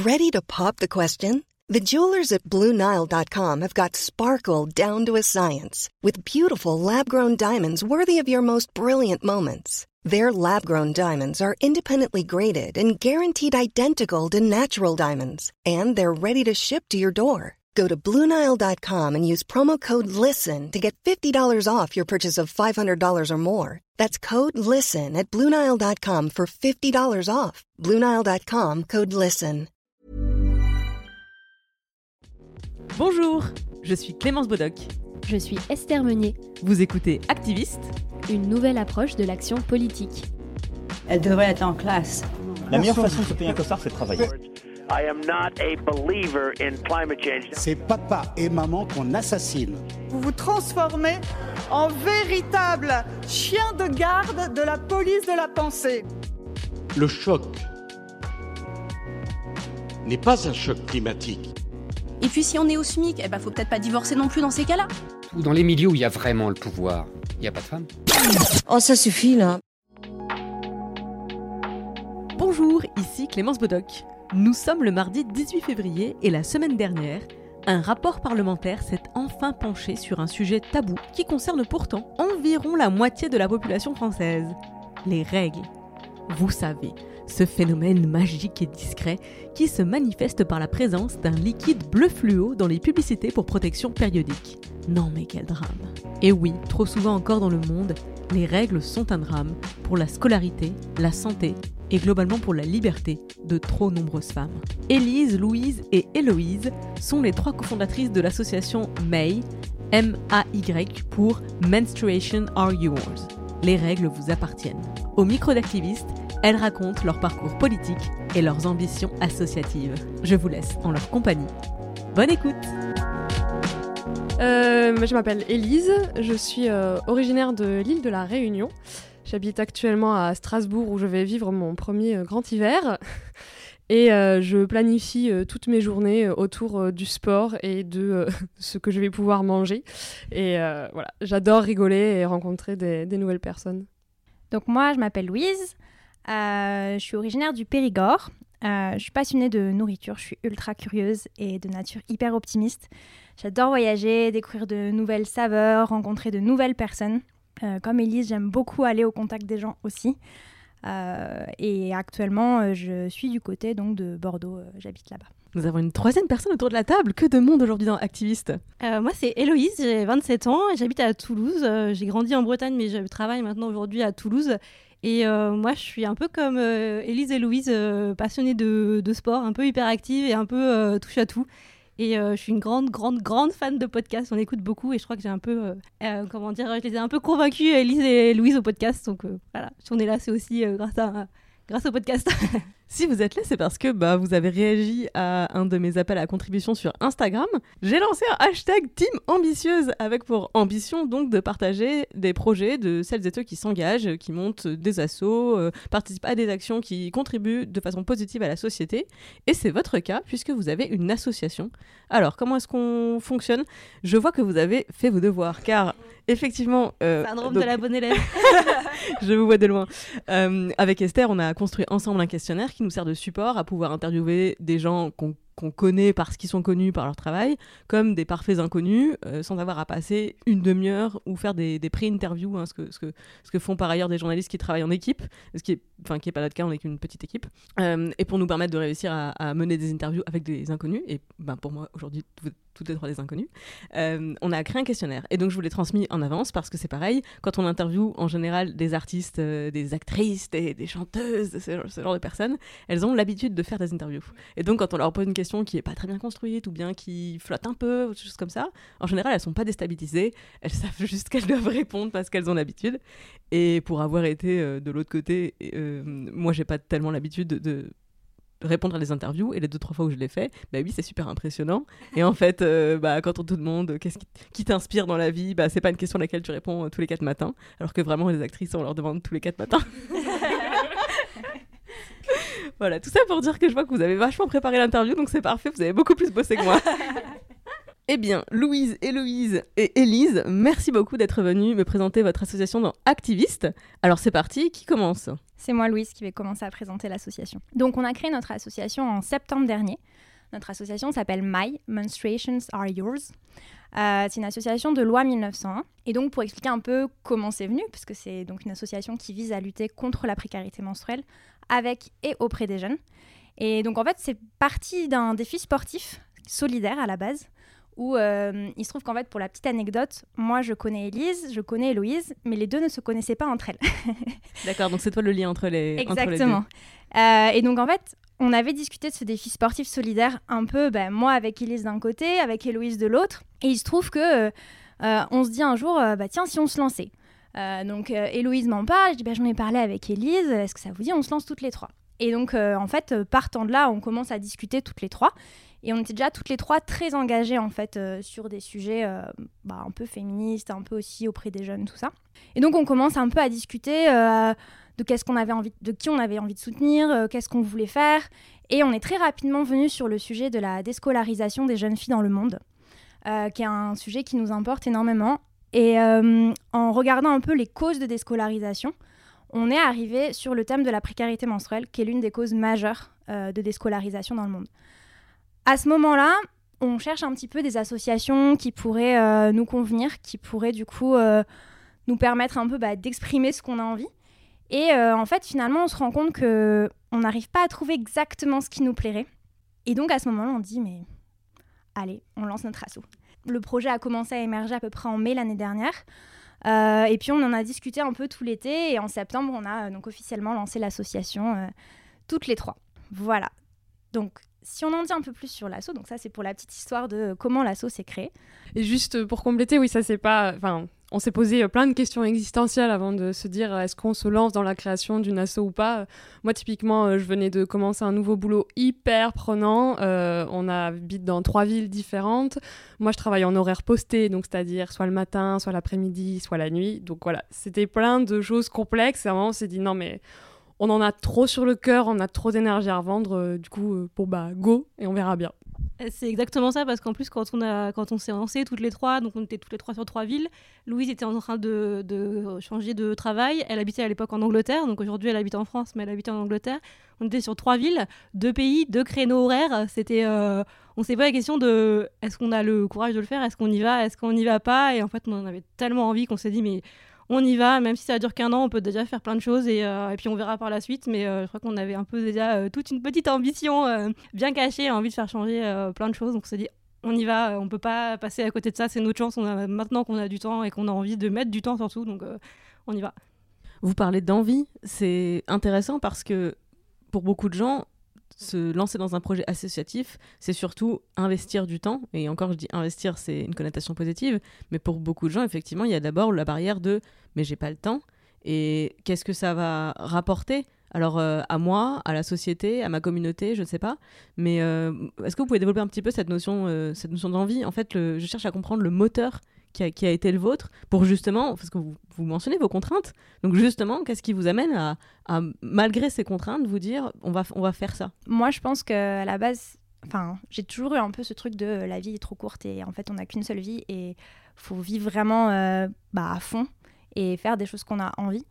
Ready to pop the question? The jewelers at BlueNile.com have got sparkle down to a science with beautiful lab-grown diamonds worthy of your most brilliant moments. Their lab-grown diamonds are independently graded and guaranteed identical to natural diamonds, and they're ready to ship to your door. Go to BlueNile.com and use promo code LISTEN to get $50 off your purchase of $500 or more. That's code LISTEN at BlueNile.com for $50 off. BlueNile.com, code LISTEN. Bonjour, je suis Clémence Bodoc. Je suis Esther Meunier. Vous écoutez Activiste, une nouvelle approche de l'action politique. Elle devrait être en classe. La meilleure façon de se payer un costard, c'est de travailler. I am not a believer in climate change. C'est papa et maman qu'on assassine. Vous vous transformez en véritable chien de garde de la police de la pensée. Le choc n'est pas un choc climatique. Et puis si on est au SMIC, faut peut-être pas divorcer non plus dans ces cas-là. Dans les milieux où il y a vraiment le pouvoir, il n'y a pas de femmes. Oh, ça suffit là. Bonjour, ici Clémence Bodoc. Nous sommes le mardi 18 février et la semaine dernière, un rapport parlementaire s'est enfin penché sur un sujet tabou qui concerne pourtant environ la moitié de la population française. Les règles. Vous savez, ce phénomène magique et discret qui se manifeste par la présence d'un liquide bleu fluo dans les publicités pour protection périodique. Non mais quel drame. Et oui, trop souvent encore dans le monde, les règles sont un drame pour la scolarité, la santé et globalement pour la liberté de trop nombreuses femmes. Élise, Louise et Héloïse sont les trois cofondatrices de l'association MAY, M-A-Y pour Menstruation Are Yours. Les règles vous appartiennent. Au micro d'Activiste, elles racontent leur parcours politique et leurs ambitions associatives. Je vous laisse en leur compagnie. Bonne écoute! Je m'appelle Élise, je suis originaire de l'île de la Réunion. J'habite actuellement à Strasbourg où je vais vivre mon premier grand hiver. Et je planifie toutes mes journées autour du sport et de ce que je vais pouvoir manger. Et voilà, j'adore rigoler et rencontrer des nouvelles personnes. Donc moi, je m'appelle Louise, je suis originaire du Périgord. Je suis passionnée de nourriture, je suis ultra curieuse et de nature hyper optimiste. J'adore voyager, découvrir de nouvelles saveurs, rencontrer de nouvelles personnes. Comme Élise, j'aime beaucoup aller au contact des gens aussi. Et actuellement, je suis du côté donc, de Bordeaux, j'habite là-bas. Nous avons une troisième personne autour de la table. Que de monde aujourd'hui dans Activiste. Moi, c'est Héloïse, j'ai 27 ans et j'habite à Toulouse. J'ai grandi en Bretagne, mais je travaille maintenant aujourd'hui à Toulouse. Et moi, je suis un peu comme Élise et Louise, passionnée de sport, un peu hyperactive et un peu touche à tout. Et je suis une grande fan de podcasts. On écoute beaucoup et je crois que j'ai un peu, je les ai un peu convaincus, Élise et Louise, au podcast. Donc voilà, si on est là, c'est aussi grâce au podcast. Si vous êtes là, c'est parce que vous avez réagi à un de mes appels à contribution sur Instagram. J'ai lancé un hashtag Team Ambitieuse avec pour ambition donc de partager des projets de celles et ceux qui s'engagent, qui montent des assos, participent à des actions qui contribuent de façon positive à la société. Et c'est votre cas puisque vous avez une association. Alors, comment est-ce qu'on fonctionne ? Je vois que vous avez fait vos devoirs car effectivement... Syndrome de la bonne élève. Je vous vois de loin. Avec Esther, on a construit ensemble un questionnaire qui nous sert de support à pouvoir interviewer des gens qu'on connaît parce qu'ils sont connus par leur travail, comme des parfaits inconnus, sans avoir à passer une demi-heure ou faire des pré-interviews, hein, ce que font par ailleurs des journalistes qui travaillent en équipe, ce qui est pas notre cas, on est qu'une petite équipe, et pour nous permettre de réussir à mener des interviews avec des inconnus, et pour moi aujourd'hui toutes les trois des inconnus, on a créé un questionnaire, et donc je vous l'ai transmis en avance parce que c'est pareil, quand on interviewe en général des artistes, des actrices, des chanteuses, ce genre de personnes, elles ont l'habitude de faire des interviews, et donc quand on leur pose une question qui est pas très bien construite ou bien qui flotte un peu, ou des choses comme ça, en général elles sont pas déstabilisées, elles savent juste qu'elles doivent répondre parce qu'elles ont l'habitude. Et pour avoir été de l'autre côté, moi j'ai pas tellement l'habitude de répondre à des interviews, et les 2-3 fois où je l'ai fait, oui, c'est super impressionnant. Et en fait, quand on te demande qui t'inspire dans la vie, c'est pas une question à laquelle tu réponds tous les 4 matins, alors que vraiment les actrices, on leur demande tous les 4 matins. Voilà, tout ça pour dire que je vois que vous avez vachement préparé l'interview, donc c'est parfait, vous avez beaucoup plus bossé que moi. Eh bien, Louise, Héloïse et Élise, merci beaucoup d'être venues me présenter votre association dans Activiste. Alors c'est parti, qui commence ? C'est moi, Louise, qui vais commencer à présenter l'association. Donc on a créé notre association en septembre dernier. Notre association s'appelle My Menstruations Are Yours. C'est une association de loi 1901. Et donc pour expliquer un peu comment c'est venu, parce que c'est donc une association qui vise à lutter contre la précarité menstruelle avec et auprès des jeunes. Et donc en fait c'est parti d'un défi sportif solidaire à la base, où il se trouve qu'en fait, pour la petite anecdote, moi je connais Élise, je connais Héloïse, mais les deux ne se connaissaient pas entre elles. D'accord, donc c'est toi le lien entre les Exactement. Et donc en fait, on avait discuté de ce défi sportif solidaire un peu, moi avec Élise d'un côté, avec Héloïse de l'autre, et il se trouve que on se dit un jour, tiens, si on se lançait. Donc Héloïse m'en parle, je dis j'en ai parlé avec Élise, est-ce que ça vous dit, on se lance toutes les trois. Et donc en fait, partant de là, on commence à discuter toutes les trois. Et on était déjà toutes les trois très engagées en fait sur des sujets un peu féministes, un peu aussi auprès des jeunes, tout ça. Et donc on commence un peu à discuter de qu'est-ce qu'on avait envie, de qui on avait envie de soutenir, qu'est-ce qu'on voulait faire. Et on est très rapidement venu sur le sujet de la déscolarisation des jeunes filles dans le monde, qui est un sujet qui nous importe énormément. Et en regardant un peu les causes de déscolarisation, on est arrivé sur le thème de la précarité menstruelle, qui est l'une des causes majeures de déscolarisation dans le monde. À ce moment-là, on cherche un petit peu des associations qui pourraient nous convenir, qui pourraient du coup nous permettre un peu d'exprimer ce qu'on a envie. Et en fait, finalement, on se rend compte qu'on n'arrive pas à trouver exactement ce qui nous plairait. Et donc, à ce moment-là, on dit, mais allez, on lance notre asso. Le projet a commencé à émerger à peu près en mai l'année dernière. Et puis, on en a discuté un peu tout l'été. Et en septembre, on a donc officiellement lancé l'association toutes les trois. Voilà. Donc, si on en dit un peu plus sur l'asso, donc ça c'est pour la petite histoire de comment l'asso s'est créé. Et juste pour compléter, oui, ça c'est pas... Enfin, on s'est posé plein de questions existentielles avant de se dire est-ce qu'on se lance dans la création d'une asso ou pas. Moi typiquement, je venais de commencer un nouveau boulot hyper prenant. On habite dans 3 villes différentes. Moi je travaille en horaire posté, donc c'est-à-dire soit le matin, soit l'après-midi, soit la nuit. Donc voilà, c'était plein de choses complexes. Et à un moment on s'est dit non mais... On en a trop sur le cœur, on a trop d'énergie à revendre, du coup, go, et on verra bien. C'est exactement ça, parce qu'en plus, quand on s'est lancés toutes les trois, donc on était toutes les trois sur 3 villes, Louise était en train de changer de travail, elle habitait à l'époque en Angleterre, donc aujourd'hui elle habite en France, mais elle habitait en Angleterre. On était sur 3 villes, 2 pays, 2 créneaux horaires, c'était... on s'est posé la question de est-ce qu'on a le courage de le faire, est-ce qu'on y va, est-ce qu'on n'y va pas, et en fait on en avait tellement envie qu'on s'est dit mais... On y va, même si ça dure qu'1 an, on peut déjà faire plein de choses et puis on verra par la suite. Mais je crois qu'on avait un peu déjà toute une petite ambition bien cachée, envie de faire changer plein de choses. Donc on s'est dit, on y va, on peut pas passer à côté de ça, c'est notre chance. Maintenant qu'on a du temps et qu'on a envie de mettre du temps surtout, donc on y va. Vous parlez d'envie, c'est intéressant parce que pour beaucoup de gens, se lancer dans un projet associatif, c'est surtout investir du temps. Et encore, je dis investir, c'est une connotation positive. Mais pour beaucoup de gens, effectivement, il y a d'abord la barrière de « mais j'ai pas le temps ». Et qu'est-ce que ça va rapporter ? Alors, à moi, à la société, à ma communauté, je ne sais pas. Mais est-ce que vous pouvez développer un petit peu cette notion d'envie ? En fait, je cherche à comprendre le moteur qui a été le vôtre pour justement, parce que vous mentionnez vos contraintes, donc justement, qu'est-ce qui vous amène à malgré ces contraintes, vous dire on va faire ça ? Moi, je pense qu'à la base, j'ai toujours eu un peu ce truc de la vie est trop courte et en fait, on n'a qu'une seule vie et faut vivre vraiment à fond et faire des choses qu'on a envie.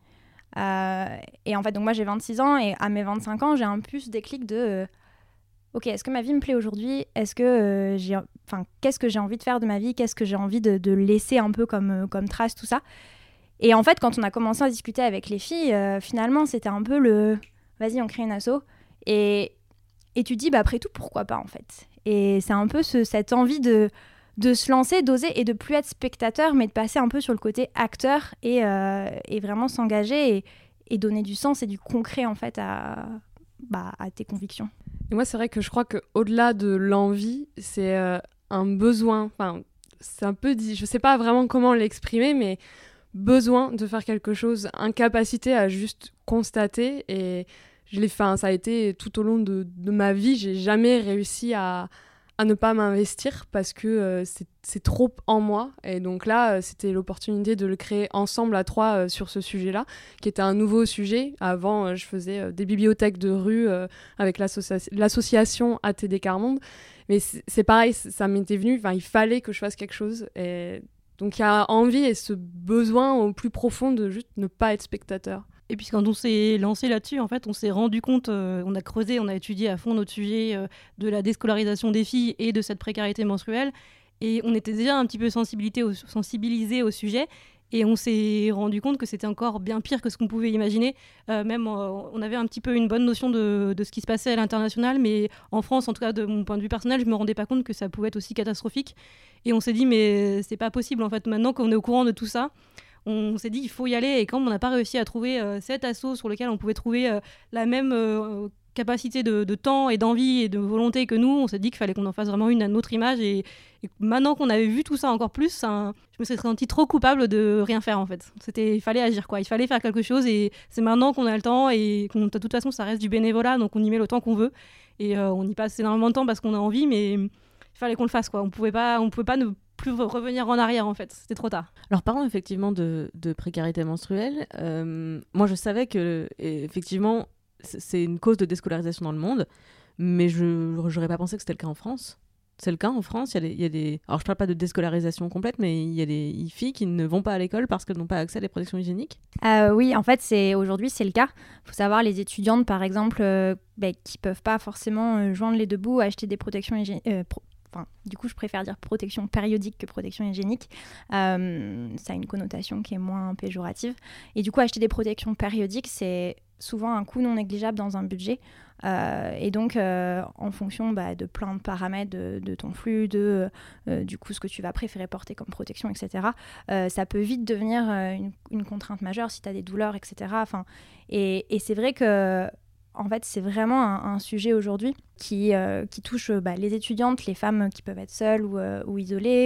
Et en fait, donc moi, j'ai 26 ans et à mes 25 ans, j'ai un peu ce déclic de... ok, est-ce que ma vie me plaît aujourd'hui ? Est-ce que qu'est-ce que j'ai envie de faire de ma vie ? Qu'est-ce que j'ai envie de laisser un peu comme trace, tout ça ? Et en fait, quand on a commencé à discuter avec les filles, finalement, c'était un peu le « vas-y, on crée une asso ». Et tu te dis, après tout, pourquoi pas, en fait ? Et c'est un peu cette envie de se lancer, d'oser et de plus être spectateur, mais de passer un peu sur le côté acteur et vraiment s'engager et donner du sens et du concret, en fait, à tes convictions. Et moi, c'est vrai que je crois qu'au-delà de l'envie, c'est un besoin. Enfin, c'est un peu dit, je sais pas vraiment comment l'exprimer, mais besoin de faire quelque chose, incapacité à juste constater. Et ça a été tout au long de ma vie, j'ai jamais réussi à ne pas m'investir parce que c'est trop en moi. Et donc là, c'était l'opportunité de le créer ensemble à 3 sur ce sujet-là, qui était un nouveau sujet. Avant, je faisais des bibliothèques de rue avec l'association ATD Quart Monde. Mais c'est pareil, ça m'était venu, il fallait que je fasse quelque chose. Et donc il y a envie et ce besoin au plus profond de juste ne pas être spectateur. Et puis quand on s'est lancé là-dessus, en fait, on s'est rendu compte, on a creusé, on a étudié à fond notre sujet de la déscolarisation des filles et de cette précarité menstruelle. Et on était déjà un petit peu sensibilisés au sujet. Et on s'est rendu compte que c'était encore bien pire que ce qu'on pouvait imaginer. On avait un petit peu une bonne notion de ce qui se passait à l'international, mais en France, en tout cas de mon point de vue personnel, je me rendais pas compte que ça pouvait être aussi catastrophique. Et on s'est dit, mais c'est pas possible en fait. Maintenant qu'on est au courant de tout ça, on s'est dit, il faut y aller. Et quand on n'a pas réussi à trouver cet assaut sur lequel on pouvait trouver la même capacité de temps et d'envie et de volonté que nous, on s'est dit qu'il fallait qu'on en fasse vraiment une à notre image. Et maintenant qu'on avait vu tout ça encore plus, je me serais sentie trop coupable de rien faire en fait. Il fallait agir quoi, il fallait faire quelque chose et c'est maintenant qu'on a le temps et de toute façon ça reste du bénévolat donc on y met le temps qu'on veut et on y passe énormément de temps parce qu'on a envie mais il fallait qu'on le fasse quoi. On pouvait pas ne plus revenir en arrière en fait, c'était trop tard. Alors parlons effectivement de précarité menstruelle. Moi je savais que effectivement c'est une cause de déscolarisation dans le monde, mais je n'aurais pas pensé que c'était le cas en France. C'est le cas en France, il y a des... Alors je parle pas de déscolarisation complète, mais il y a des filles qui ne vont pas à l'école parce qu'elles n'ont pas accès à des protections hygiéniques. Oui, en fait, aujourd'hui, c'est le cas. Il faut savoir, les étudiantes, par exemple, qui peuvent pas forcément joindre les deux bouts, acheter des protections hygiéniques... du coup, je préfère dire protection périodique que protection hygiénique. Ça a une connotation qui est moins péjorative. Et du coup, acheter des protections périodiques, c'est souvent un coût non négligeable dans un budget. Et donc, en fonction de plein de paramètres de ton flux, du coup, ce que tu vas préférer porter comme protection, etc., ça peut vite devenir une contrainte majeure si tu as des douleurs, etc. Et c'est vrai que en fait, c'est vraiment un sujet aujourd'hui qui touche les étudiantes, les femmes qui peuvent être seules ou isolées.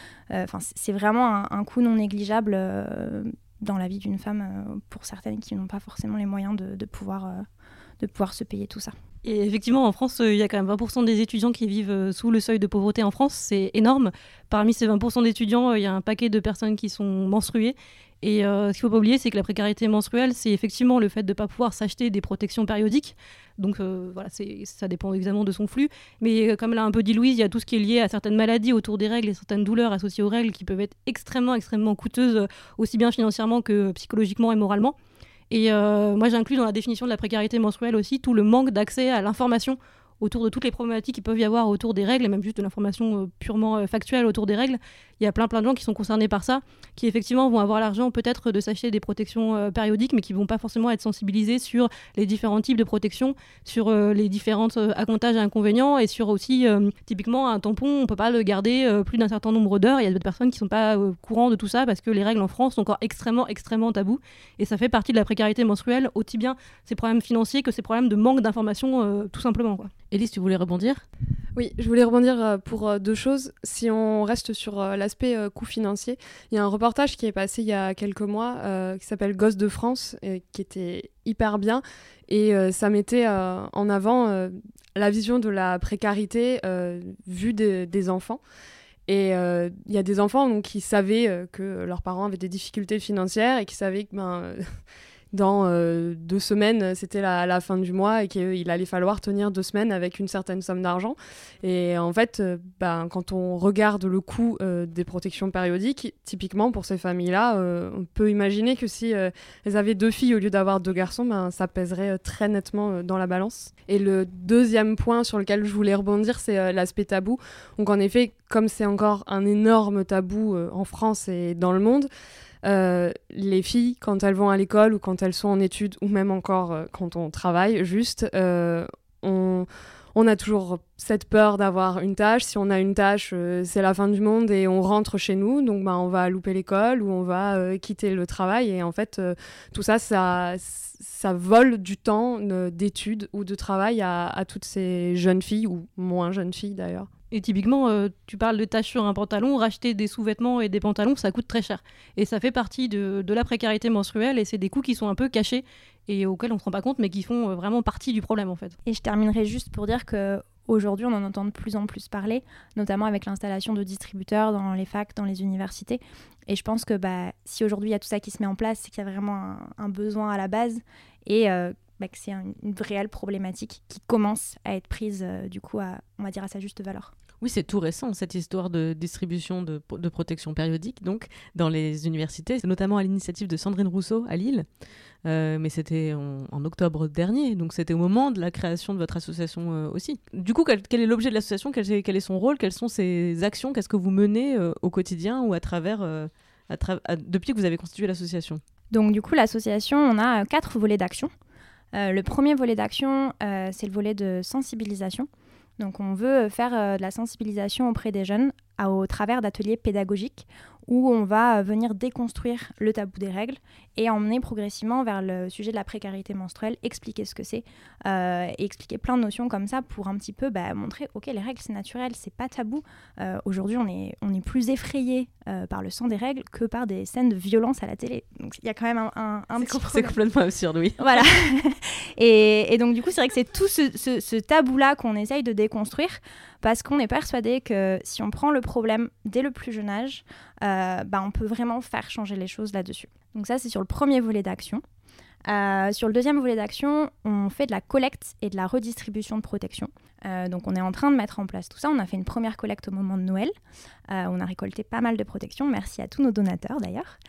C'est vraiment un coût non négligeable dans la vie d'une femme pour certaines qui n'ont pas forcément les moyens de pouvoir se payer tout ça. Et effectivement, en France, il y a quand même 20% des étudiants qui vivent sous le seuil de pauvreté en France. C'est énorme. Parmi ces 20% d'étudiants, il y a un paquet de personnes qui sont menstruées. Et ce qu'il ne faut pas oublier, c'est que la précarité menstruelle, c'est effectivement le fait de ne pas pouvoir s'acheter des protections périodiques. Donc ça dépend évidemment de son flux. Mais comme l'a un peu dit Louise, il y a tout ce qui est lié à certaines maladies autour des règles et certaines douleurs associées aux règles qui peuvent être extrêmement, extrêmement coûteuses, aussi bien financièrement que psychologiquement et moralement. Et moi, j'inclus dans la définition de la précarité menstruelle aussi tout le manque d'accès à l'information autour de toutes les problématiques qu'il peut y avoir autour des règles, et même juste de l'information purement factuelle autour des règles. Il y a plein de gens qui sont concernés par ça, qui effectivement vont avoir l'argent peut-être de s'acheter des protections périodiques, mais qui vont pas forcément être sensibilisés sur les différents types de protections, sur les différents avantages et inconvénients, et sur aussi, typiquement, un tampon, on peut pas le garder plus d'un certain nombre d'heures. Il y a d'autres personnes qui sont pas au courant de tout ça, parce que les règles en France sont encore extrêmement, extrêmement tabous, et ça fait partie de la précarité menstruelle, aussi bien ces problèmes financiers que ces problèmes de manque d'information, tout simplement, quoi. Élise, tu voulais rebondir ? Oui, je voulais rebondir pour deux choses. Si on reste sur l'aspect coût financier, il y a un reportage qui est passé il y a quelques mois qui s'appelle Gosses de France, qui était hyper bien. Et ça mettait en avant la vision de la précarité vue des enfants. Et il y a des enfants donc, qui savaient que leurs parents avaient des difficultés financières et qui savaient que dans 2 semaines, c'était la fin du mois et qu'il allait falloir tenir 2 semaines avec une certaine somme d'argent. Et en fait, quand on regarde le coût des protections périodiques, typiquement pour ces familles-là, on peut imaginer que si elles avaient 2 filles au lieu d'avoir 2 garçons, ça pèserait très nettement dans la balance. Et le deuxième point sur lequel je voulais rebondir, c'est l'aspect tabou. Donc en effet, comme c'est encore un énorme tabou en France et dans le monde, les filles, quand elles vont à l'école ou quand elles sont en études ou même encore quand on travaille, on a toujours cette peur d'avoir une tâche. Si on a une tâche, c'est la fin du monde et on rentre chez nous, donc on va louper l'école ou on va quitter le travail. Et en fait, tout ça vole du temps d'études ou de travail à toutes ces jeunes filles ou moins jeunes filles d'ailleurs. Et typiquement, tu parles de tâches sur un pantalon, racheter des sous-vêtements et des pantalons, ça coûte très cher. Et ça fait partie de la précarité menstruelle et c'est des coûts qui sont un peu cachés et auxquels on ne se rend pas compte, mais qui font vraiment partie du problème en fait. Et je terminerai juste pour dire qu'aujourd'hui, on en entend de plus en plus parler, notamment avec l'installation de distributeurs dans les facs, dans les universités. Et je pense que si aujourd'hui il y a tout ça qui se met en place, c'est qu'il y a vraiment un besoin à la base. Et que c'est une réelle problématique qui commence à être prise du coup on va dire à sa juste valeur. Oui, c'est tout récent, cette histoire de distribution de protection périodique, donc, dans les universités, notamment à l'initiative de Sandrine Rousseau à Lille, mais c'était en octobre dernier, donc c'était au moment de la création de votre association aussi. Du coup, quel est l'objet de l'association, quel est son rôle, quelles sont ses actions, qu'est-ce que vous menez au quotidien ou à travers, depuis que vous avez constitué l'association? Donc du coup, l'association, on a 4 volets d'action. Le premier volet d'action, c'est le volet de sensibilisation. Donc on veut faire de la sensibilisation auprès des jeunes au travers d'ateliers pédagogiques où on va venir déconstruire le tabou des règles et emmener progressivement vers le sujet de la précarité menstruelle, expliquer ce que c'est et expliquer plein de notions comme ça pour un petit peu montrer, ok, les règles c'est naturel, c'est pas tabou. Aujourd'hui on est plus effrayé par le sang des règles que par des scènes de violence à la télé. Donc il y a quand même un petit problème. C'est complètement absurde, oui. Voilà. et donc du coup c'est vrai que c'est tout ce tabou-là qu'on essaye de déconstruire parce qu'on est persuadé que si on prend le problème dès le plus jeune âge, on peut vraiment faire changer les choses là-dessus. Donc ça, c'est sur le premier volet d'action. Sur le deuxième volet d'action, on fait de la collecte et de la redistribution de protection. Donc on est en train de mettre en place tout ça. On a fait une première collecte au moment de Noël. On a récolté pas mal de protections. Merci à tous nos donateurs d'ailleurs.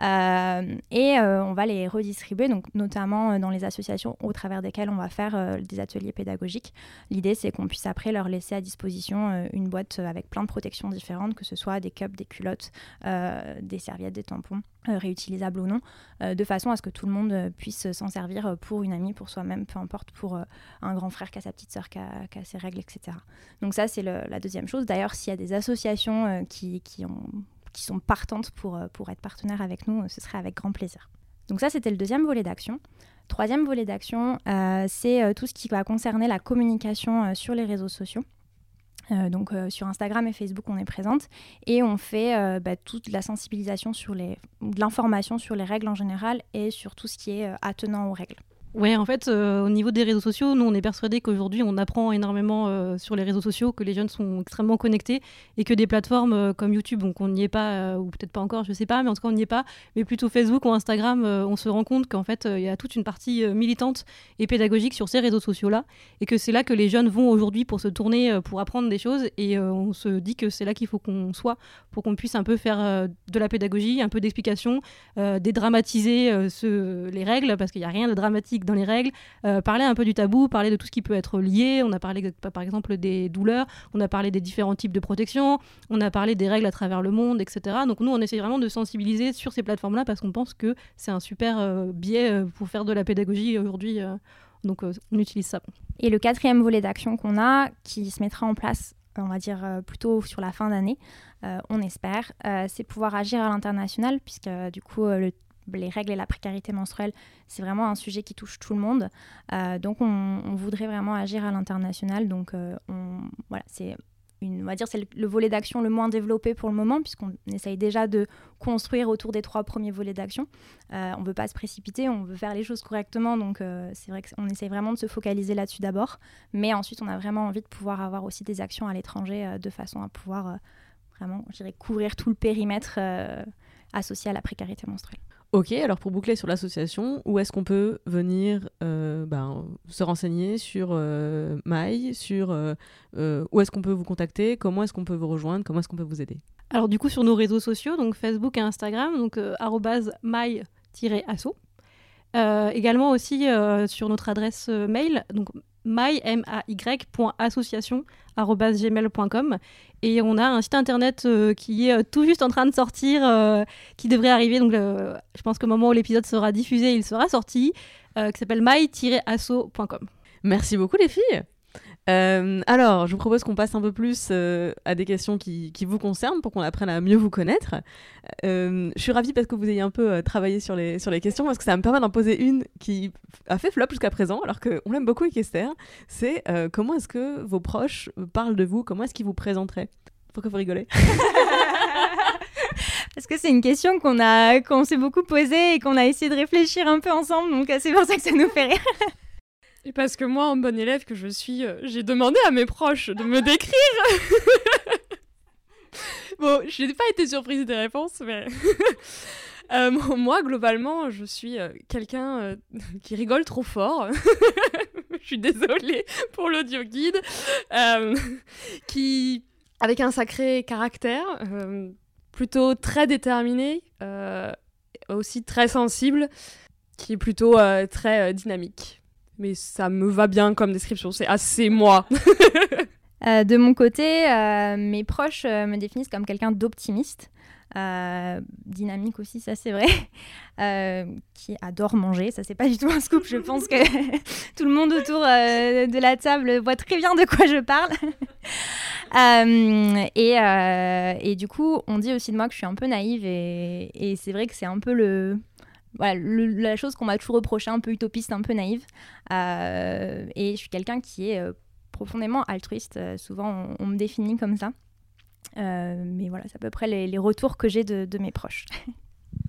On va les redistribuer, donc notamment dans les associations au travers desquelles on va faire des ateliers pédagogiques. L'idée, c'est qu'on puisse après leur laisser à disposition une boîte avec plein de protections différentes, que ce soit des cups, des culottes, des serviettes, des tampons, réutilisables ou non, de façon à ce que tout le monde puisse s'en servir pour une amie, pour soi-même, peu importe, pour un grand frère qui a sa petite sœur qui a ses règles, etc. Donc ça, c'est la deuxième chose. D'ailleurs, s'il y a des associations qui sont partantes pour être partenaires avec nous, ce serait avec grand plaisir. Donc ça, c'était le deuxième volet d'action. Troisième volet d'action, c'est tout ce qui va concerner la communication sur les réseaux sociaux. Donc sur Instagram et Facebook, on est présente et on fait toute la sensibilisation de l'information sur les règles en général et sur tout ce qui est attenant aux règles. Ouais, en fait, au niveau des réseaux sociaux, nous, on est persuadés qu'aujourd'hui, on apprend énormément sur les réseaux sociaux, que les jeunes sont extrêmement connectés et que des plateformes comme YouTube, donc on n'y est pas, ou peut-être pas encore, je sais pas, mais en tout cas, on n'y est pas, mais plutôt Facebook ou Instagram, on se rend compte qu'en fait, il y a toute une partie militante et pédagogique sur ces réseaux sociaux-là et que c'est là que les jeunes vont aujourd'hui pour se tourner, pour apprendre des choses et on se dit que c'est là qu'il faut qu'on soit pour qu'on puisse un peu faire de la pédagogie, un peu d'explication, dédramatiser les règles, parce qu'il n'y a rien de dramatique dans les règles, parler un peu du tabou, parler de tout ce qui peut être lié. On a parlé par exemple des douleurs, on a parlé des différents types de protection, on a parlé des règles à travers le monde, etc. Donc nous, on essaie vraiment de sensibiliser sur ces plateformes-là parce qu'on pense que c'est un super biais pour faire de la pédagogie aujourd'hui. Donc on utilise ça. Et le quatrième volet d'action qu'on a, qui se mettra en place, on va dire plutôt sur la fin d'année, on espère, c'est pouvoir agir à l'international puisque du coup les règles et la précarité menstruelle, c'est vraiment un sujet qui touche tout le monde. Donc, on voudrait vraiment agir à l'international. Donc, c'est le volet d'action le moins développé pour le moment, puisqu'on essaye déjà de construire autour des 3 premiers volets d'action. On ne veut pas se précipiter, on veut faire les choses correctement. Donc, c'est vrai qu'on essaye vraiment de se focaliser là-dessus d'abord. Mais ensuite, on a vraiment envie de pouvoir avoir aussi des actions à l'étranger de façon à pouvoir vraiment, je dirais, couvrir tout le périmètre associé à la précarité menstruelle. Ok, alors pour boucler sur l'association, où est-ce qu'on peut venir se renseigner sur Maï, sur où est-ce qu'on peut vous contacter, comment est-ce qu'on peut vous rejoindre, comment est-ce qu'on peut vous aider? Alors du coup sur nos réseaux sociaux, donc Facebook et Instagram, donc @maï-asso. Également aussi sur notre adresse mail, donc may.association@gmail.com et on a un site internet qui est tout juste en train de sortir, qui devrait arriver, donc je pense qu'au moment où l'épisode sera diffusé, il sera sorti, qui s'appelle may-asso.com. Merci beaucoup les filles. Alors, je vous propose qu'on passe un peu plus à des questions qui vous concernent pour qu'on apprenne à mieux vous connaître. Je suis ravie parce que vous ayez un peu travaillé sur les questions parce que ça me permet d'en poser une qui a fait flop jusqu'à présent alors qu'on l'aime beaucoup avec Esther. C'est comment est-ce que vos proches parlent de vous? Comment est-ce qu'ils vous présenteraient? Pourquoi vous rigolez? Parce que c'est une question qu'on s'est beaucoup posée et qu'on a essayé de réfléchir un peu ensemble, donc c'est pour ça que ça nous fait rire. Et parce que moi, en bonne élève que je suis, j'ai demandé à mes proches de me décrire. Bon, je n'ai pas été surprise des réponses, mais... Moi, globalement, je suis quelqu'un qui rigole trop fort. Je suis désolée pour l'audio guide. Qui, avec un sacré caractère, plutôt très déterminé, aussi très sensible, qui est plutôt très dynamique. Mais ça me va bien comme description, c'est assez moi. De mon côté, mes proches me définissent comme quelqu'un d'optimiste, dynamique aussi, ça c'est vrai, qui adore manger, ça c'est pas du tout un scoop, je pense que tout le monde autour de la table voit très bien de quoi je parle. Et du coup, on dit aussi de moi que je suis un peu naïve et c'est vrai que c'est un peu la chose qu'on m'a toujours reproché, un peu utopiste, un peu naïve. Et je suis quelqu'un qui est profondément altruiste. Souvent, on me définit comme ça. Mais voilà, c'est à peu près les retours que j'ai de mes proches. Héloïse ?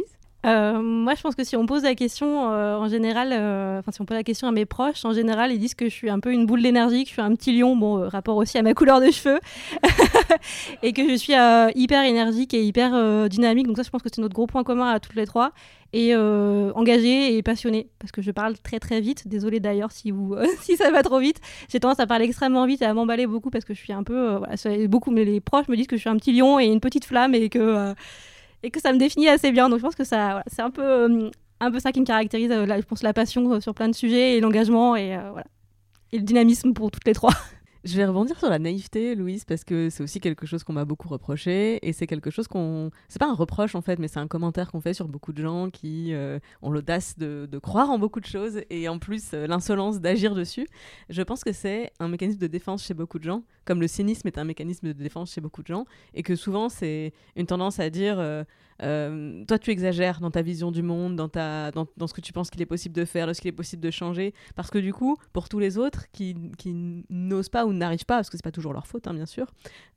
Moi, je pense que si on pose la question en général, si on pose la question à mes proches, en général, ils disent que je suis un peu une boule d'énergie, que je suis un petit lion, rapport aussi à ma couleur de cheveux, et que je suis hyper énergique et hyper dynamique. Donc ça, je pense que c'est notre gros point commun à toutes les trois. Et engagée et passionnée, parce que je parle très très vite. Désolée d'ailleurs si ça va trop vite. J'ai tendance à parler extrêmement vite et à m'emballer beaucoup parce que je suis un peu... mais les proches me disent que je suis un petit lion et une petite flamme et que ça me définit assez bien. Donc je pense que ça, c'est un peu ça qui me caractérise. Je pense la passion sur plein de sujets et l'engagement et le dynamisme pour toutes les trois. Je vais rebondir sur la naïveté, Louise, parce que c'est aussi quelque chose qu'on m'a beaucoup reproché, et c'est quelque chose c'est pas un reproche en fait, mais c'est un commentaire qu'on fait sur beaucoup de gens qui ont l'audace de croire en beaucoup de choses, et en plus l'insolence d'agir dessus. Je pense que c'est un mécanisme de défense chez beaucoup de gens, comme le cynisme est un mécanisme de défense chez beaucoup de gens, et que souvent c'est une tendance à dire toi tu exagères dans ta vision du monde, dans ce que tu penses qu'il est possible de faire, de ce qu'il est possible de changer, parce que du coup, pour tous les autres qui n'osent pas ou n'arrivent pas, parce que c'est pas toujours leur faute, bien sûr,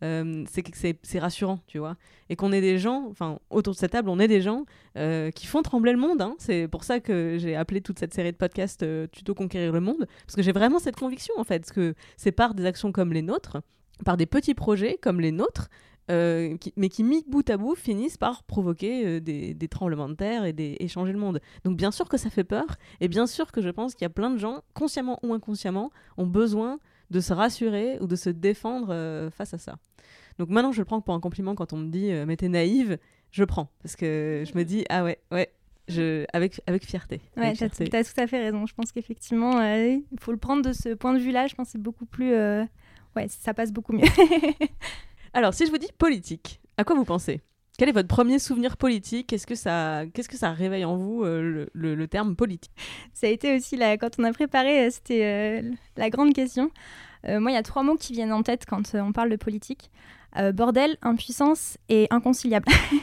c'est rassurant, tu vois, et qu'on est des gens, autour de cette table, on est des gens qui font trembler le monde, c'est pour ça que j'ai appelé toute cette série de podcasts Tuto Conquérir le Monde, parce que j'ai vraiment cette conviction, en fait, que c'est par des actions comme les nôtres, par des petits projets comme les nôtres, mais qui, mis bout à bout, finissent par provoquer des tremblements de terre et changer le monde. Donc bien sûr que ça fait peur, et bien sûr que je pense qu'il y a plein de gens, consciemment ou inconsciemment, ont besoin de se rassurer ou de se défendre face à ça. Donc maintenant, je le prends pour un compliment quand on me dit « mais t'es naïve », je prends, parce que je me dis « ah ouais, avec fierté ». Ouais, t'as tout à fait raison. Je pense qu'effectivement, il faut le prendre de ce point de vue-là. Je pense que c'est beaucoup plus... ça passe beaucoup mieux. Alors, si je vous dis politique, à quoi vous pensez ? Quel est votre premier souvenir politique ? Qu'est-ce que ça réveille en vous, le terme politique ? Ça a été aussi, quand on a préparé, c'était la grande question. Moi, il y a 3 mots qui viennent en tête quand on parle de politique. Bordel, impuissance et inconciliable.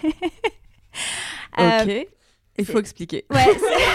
Ok, il faut expliquer. Ouais,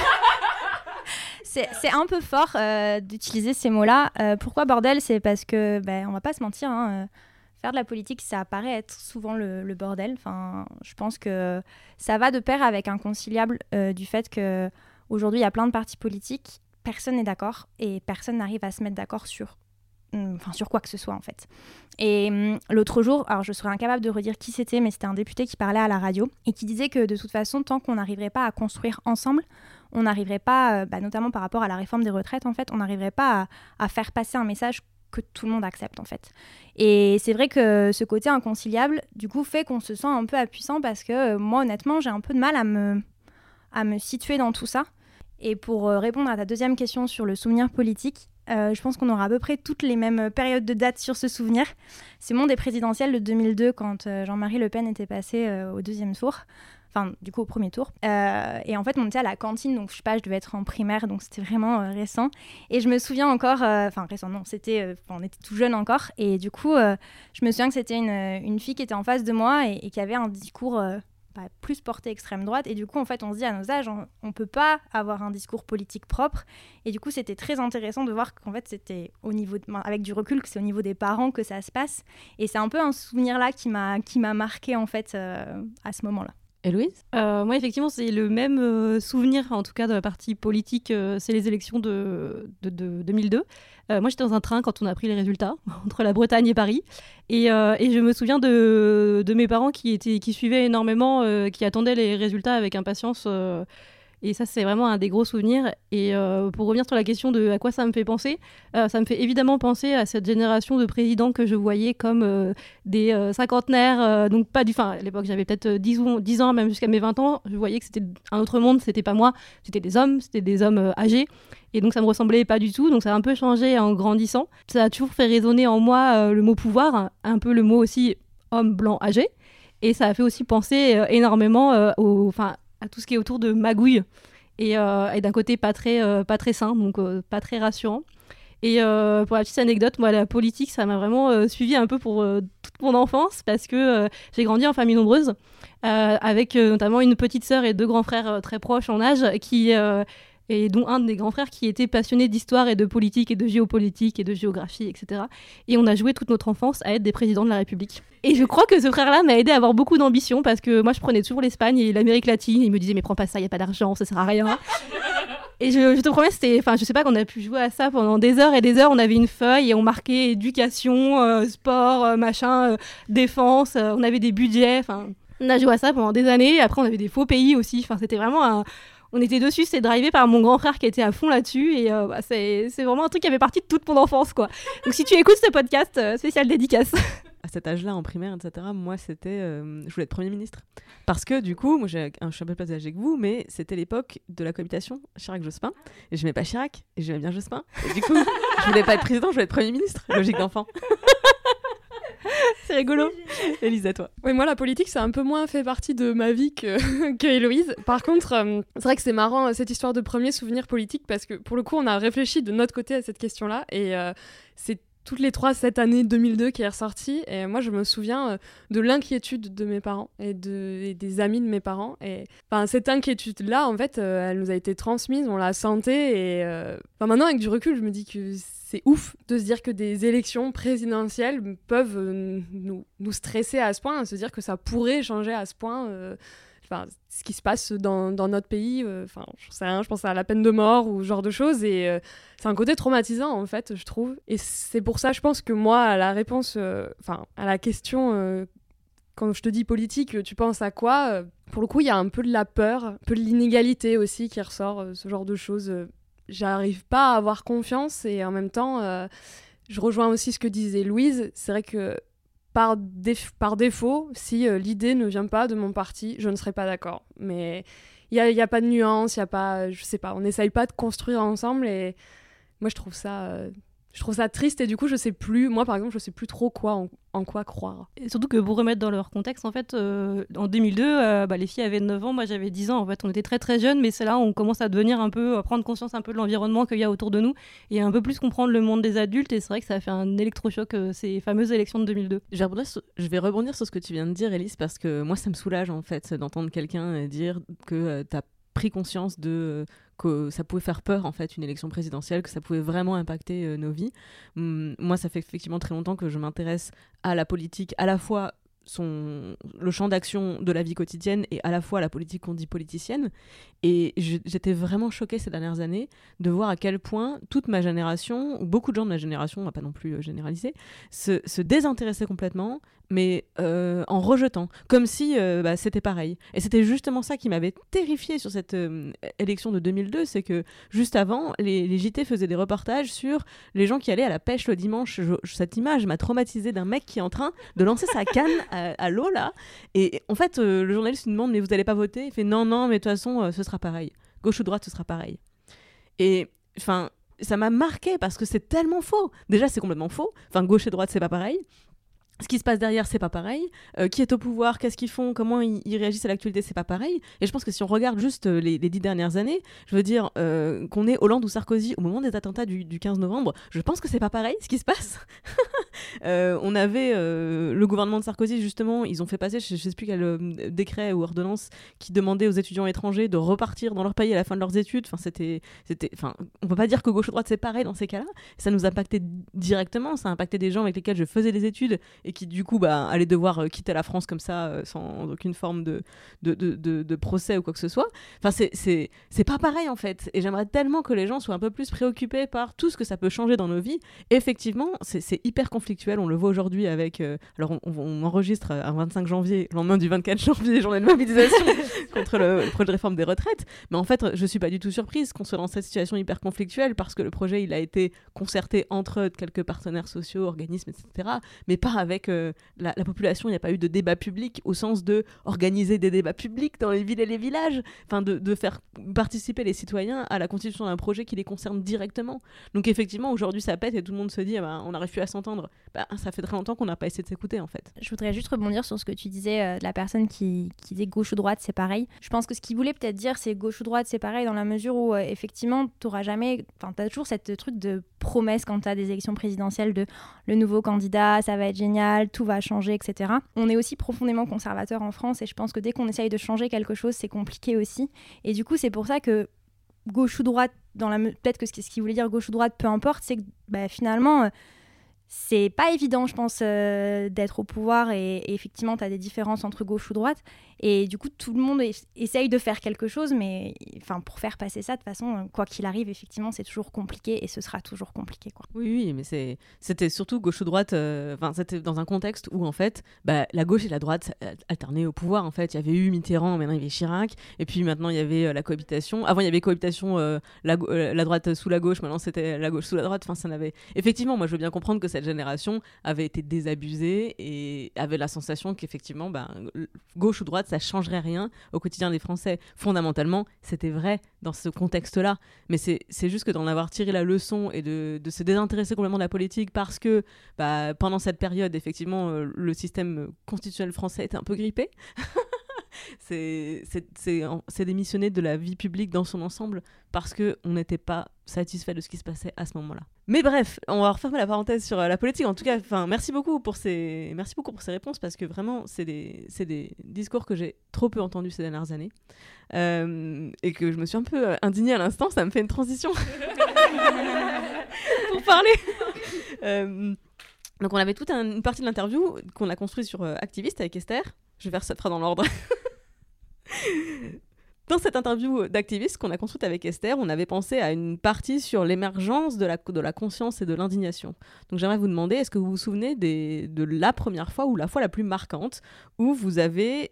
c'est un peu fort d'utiliser ces mots-là. Pourquoi bordel ? C'est parce que, on va pas se mentir, faire de la politique, ça paraît être souvent le bordel. Je pense que ça va de pair avec inconciliable du fait qu'aujourd'hui, il y a plein de partis politiques, personne n'est d'accord et personne n'arrive à se mettre d'accord sur quoi que ce soit, en fait. Et l'autre jour, alors je serais incapable de redire qui c'était, mais c'était un député qui parlait à la radio et qui disait que de toute façon, tant qu'on n'arriverait pas à construire ensemble, on n'arriverait pas, notamment par rapport à la réforme des retraites, en fait, on n'arriverait pas à faire passer un message que tout le monde accepte, en fait. Et c'est vrai que ce côté inconciliable, du coup, fait qu'on se sent un peu impuissant parce que moi, honnêtement, j'ai un peu de mal à me situer dans tout ça. Et pour répondre à ta deuxième question sur le souvenir politique, je pense qu'on aura à peu près toutes les mêmes périodes de date sur ce souvenir. C'est le monde des présidentielles de 2002, quand Jean-Marie Le Pen était passé au deuxième tour. Enfin, du coup, au premier tour. Et en fait, on était à la cantine, donc je sais pas, je devais être en primaire, donc c'était vraiment récent. Et je me souviens encore, récent, non, c'était, on était tout jeune encore. Et du coup, je me souviens que c'était une fille qui était en face de moi et qui avait un discours plus porté extrême droite. Et du coup, en fait, on se dit à nos âges, on peut pas avoir un discours politique propre. Et du coup, c'était très intéressant de voir qu'en fait, c'était avec du recul, que c'est au niveau des parents que ça se passe. Et c'est un peu un souvenir là qui m'a marqué en fait à ce moment-là. Héloïse ? Moi, effectivement, c'est le même souvenir, en tout cas de la partie politique, c'est les élections de 2002. Moi, j'étais dans un train quand on a pris les résultats, entre la Bretagne et Paris. Et je me souviens de mes parents qui suivaient énormément, qui attendaient les résultats avec impatience. Et ça, c'est vraiment un des gros souvenirs. Et pour revenir sur la question de à quoi ça me fait penser, ça me fait évidemment penser à cette génération de présidents que je voyais comme des cinquantenaires. Donc pas à l'époque, j'avais peut-être 10 ans, même jusqu'à mes 20 ans. Je voyais que c'était un autre monde, c'était pas moi. C'était des hommes âgés. Et donc ça me ressemblait pas du tout. Donc ça a un peu changé en grandissant. Ça a toujours fait résonner en moi le mot pouvoir, un peu le mot aussi homme blanc âgé. Et ça a fait aussi penser énormément à tout ce qui est autour de magouille et d'un côté pas très sain, donc pas très rassurant. Et pour la petite anecdote, moi la politique ça m'a vraiment suivi un peu pour toute mon enfance parce que j'ai grandi en famille nombreuse avec notamment une petite sœur et 2 grands frères très proches en âge et dont un des grands frères qui était passionné d'histoire et de politique et de géopolitique et de géographie, etc. Et on a joué toute notre enfance à être des présidents de la République. Et je crois que ce frère-là m'a aidé à avoir beaucoup d'ambition parce que moi, je prenais toujours l'Espagne et l'Amérique latine. Il me disait, mais prends pas ça, il n'y a pas d'argent, ça sert à rien. Et je te promets, je sais pas, qu'on a pu jouer à ça pendant des heures et des heures. On avait une feuille et on marquait éducation, sport, défense. On avait des budgets. On a joué à ça pendant des années. Après, on avait des faux pays aussi. C'était vraiment on était dessus, c'est drivé par mon grand frère qui était à fond là-dessus et c'est vraiment un truc qui avait partie de toute mon enfance, quoi. Donc si tu écoutes ce podcast, spécial dédicace. À cet âge-là, en primaire, etc., moi, c'était... je voulais être Premier ministre. Parce que, du coup, moi, je suis un peu plus âgée que vous, mais c'était l'époque de la cohabitation Chirac-Jospin. Et je n'aimais pas Chirac, et j'aimais bien Jospin. Et du coup, je voulais pas être président, je voulais être Premier ministre. Logique d'enfant. C'est rigolo. Élise, à toi. Oui, moi, la politique, ça a un peu moins fait partie de ma vie que Héloïse. Par contre, c'est vrai que c'est marrant, cette histoire de premier souvenir politique, parce que, pour le coup, on a réfléchi de notre côté à cette question-là, et c'est toutes les 3 cette année 2002 qui est ressortie. Et moi, je me souviens de l'inquiétude de mes parents et des amis de mes parents. Et cette inquiétude-là, en fait, elle nous a été transmise, on l'a sentie. Et maintenant, avec du recul, je me dis que c'est ouf de se dire que des élections présidentielles peuvent nous stresser à ce point, à se dire que ça pourrait changer à ce point ce qui se passe dans notre pays. Je sais rien, je pense à la peine de mort ou ce genre de choses. Et c'est un côté traumatisant, en fait, je trouve. Et c'est pour ça, je pense que moi, à la réponse, à la question, quand je te dis politique, tu penses à quoi ? Pour le coup, il y a un peu de la peur, un peu de l'inégalité aussi qui ressort, ce genre de choses. J'arrive pas à avoir confiance et en même temps, je rejoins aussi ce que disait Louise. C'est vrai que par défaut, si l'idée ne vient pas de mon parti, je ne serai pas d'accord. Mais il y a pas de nuance, il y a pas, je sais pas, on n'essaye pas de construire ensemble et moi je trouve ça triste et du coup je sais plus, moi par exemple je sais plus trop en quoi croire. Et surtout que pour remettre dans leur contexte, en fait, en 2002, les filles avaient 9 ans, moi j'avais 10 ans, en fait on était très très jeunes, mais c'est là où on commence à devenir à prendre conscience un peu de l'environnement qu'il y a autour de nous et un peu plus comprendre le monde des adultes et c'est vrai que ça a fait un électrochoc ces fameuses élections de 2002. Je vais rebondir sur ce que tu viens de dire, Élise, parce que moi ça me soulage en fait d'entendre quelqu'un dire que t'as pris conscience que ça pouvait faire peur en fait une élection présidentielle, que ça pouvait vraiment impacter nos vies. Moi ça fait effectivement très longtemps que je m'intéresse à la politique, à la fois le champ d'action de la vie quotidienne et à la fois la politique qu'on dit politicienne et j'étais vraiment choquée ces dernières années de voir à quel point toute ma génération, ou beaucoup de gens de ma génération, on va pas non plus généraliser, se désintéressaient complètement mais en rejetant, comme si c'était pareil. Et c'était justement ça qui m'avait terrifiée sur cette élection de 2002, c'est que juste avant, les JT faisaient des reportages sur les gens qui allaient à la pêche le dimanche. Cette image m'a traumatisée d'un mec qui est en train de lancer sa canne à l'eau, là. Et en fait, le journaliste lui demande « Mais vous n'allez pas voter ?» Il fait « Non, mais de toute façon, ce sera pareil. Gauche ou droite, ce sera pareil. » Et enfin, ça m'a marqué parce que c'est tellement faux. Déjà, c'est complètement faux. Enfin, gauche et droite, c'est pas pareil. Ce qui se passe derrière, c'est pas pareil. Qui est au pouvoir, qu'est-ce qu'ils font, comment ils réagissent à l'actualité, c'est pas pareil. Et je pense que si on regarde juste les 10 dernières années, je veux dire qu'on est Hollande ou Sarkozy au moment des attentats du 15 novembre, je pense que c'est pas pareil ce qui se passe. On avait le gouvernement de Sarkozy, justement, ils ont fait passer, je sais plus quel décret ou ordonnance qui demandait aux étudiants étrangers de repartir dans leur pays à la fin de leurs études. Enfin, on peut pas dire que gauche ou droite c'est pareil dans ces cas-là. Ça nous impactait directement, ça impactait des gens avec lesquels je faisais des études et qui du coup allaient devoir quitter la France comme ça sans aucune forme de procès ou quoi que ce soit. Enfin, c'est pas pareil en fait, et j'aimerais tellement que les gens soient un peu plus préoccupés par tout ce que ça peut changer dans nos vies. Et effectivement, c'est hyper conflictuel, on le voit aujourd'hui avec alors on enregistre un 25 janvier, le lendemain du 24 janvier, journée de mobilisation contre le projet de réforme des retraites, mais en fait je suis pas du tout surprise qu'on soit dans cette situation hyper conflictuelle, parce que le projet il a été concerté entre quelques partenaires sociaux, organismes, etc., mais pas avec la population. Il n'y a pas eu de débat public au sens de organiser des débats publics dans les villes et les villages, enfin de faire participer les citoyens à la constitution d'un projet qui les concerne directement. Donc effectivement aujourd'hui ça pète et tout le monde se dit on n'arrive plus à s'entendre. Ça fait très longtemps qu'on n'a pas essayé de s'écouter en fait. Je voudrais juste rebondir sur ce que tu disais de la personne qui disait gauche ou droite c'est pareil. Je pense que ce qu'il voulait peut-être dire c'est gauche ou droite c'est pareil, dans la mesure où effectivement t'auras jamais, t'as toujours cette truc de promesse quand t'as des élections présidentielles de le nouveau candidat, ça va être génial, tout va changer, etc. On est aussi profondément conservateur en France, et je pense que dès qu'on essaye de changer quelque chose c'est compliqué aussi, et du coup c'est pour ça que gauche ou droite, peut-être que ce qu'il voulait dire gauche ou droite, peu importe, c'est que finalement c'est pas évident, je pense, d'être au pouvoir, et effectivement, tu as des différences entre gauche ou droite. Et du coup, tout le monde essaye de faire quelque chose, mais pour faire passer ça, de toute façon, quoi qu'il arrive, effectivement, c'est toujours compliqué, et ce sera toujours compliqué, quoi. Oui, mais c'était surtout gauche ou droite, c'était dans un contexte où, en fait, la gauche et la droite alternaient au pouvoir, en fait. Il y avait eu Mitterrand, maintenant il y avait Chirac, et puis maintenant il y avait la cohabitation. Avant, il y avait cohabitation, la droite sous la gauche, maintenant c'était la gauche sous la droite. Ça n'avait... Effectivement, moi, je veux bien comprendre que cette génération avait été désabusée et avait la sensation qu'effectivement, gauche ou droite, ça changerait rien au quotidien des Français. Fondamentalement, c'était vrai dans ce contexte-là. Mais c'est juste que d'en avoir tiré la leçon et de se désintéresser complètement de la politique parce que pendant cette période, effectivement, le système constitutionnel français était un peu grippé. c'est démissionner de la vie publique dans son ensemble parce qu'on n'était pas satisfait de ce qui se passait à ce moment-là. Mais bref, on va refermer la parenthèse sur la politique. En tout cas, merci beaucoup pour ces réponses, parce que vraiment, c'est des discours que j'ai trop peu entendus ces dernières années et que je me suis un peu indignée à l'instant. Ça me fait une transition pour parler. Donc on avait toute une partie de l'interview qu'on a construite sur Activiste avec Esther. Je vais faire cette phrase dans l'ordre. Dans cette interview d'Activiste qu'on a construite avec Esther, on avait pensé à une partie sur l'émergence de la conscience et de l'indignation. Donc j'aimerais vous demander, est-ce que vous vous souvenez de la première fois ou la fois la plus marquante où vous avez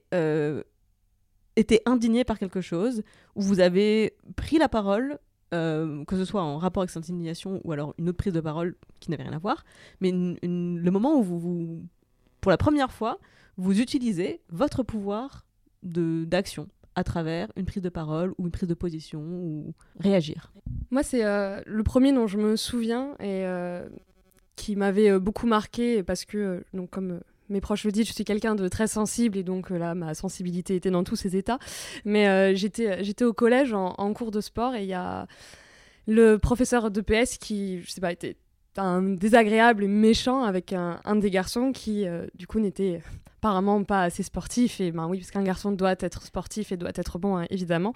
été indigné par quelque chose, où vous avez pris la parole, que ce soit en rapport avec cette indignation ou alors une autre prise de parole qui n'avait rien à voir, mais le moment où vous, pour la première fois, vous utilisez votre pouvoir d'action à travers une prise de parole ou une prise de position ou réagir. Moi, c'est le premier dont je me souviens et qui m'avait beaucoup marqué parce que, donc, comme mes proches le disent, je suis quelqu'un de très sensible et donc là, ma sensibilité était dans tous ses états. Mais j'étais au collège en cours de sport et il y a le professeur d'EPS qui, je sais pas, était désagréable et méchant avec un des garçons qui, du coup, n'était apparemment pas assez sportif. Et oui, parce qu'un garçon doit être sportif et doit être bon, hein, évidemment.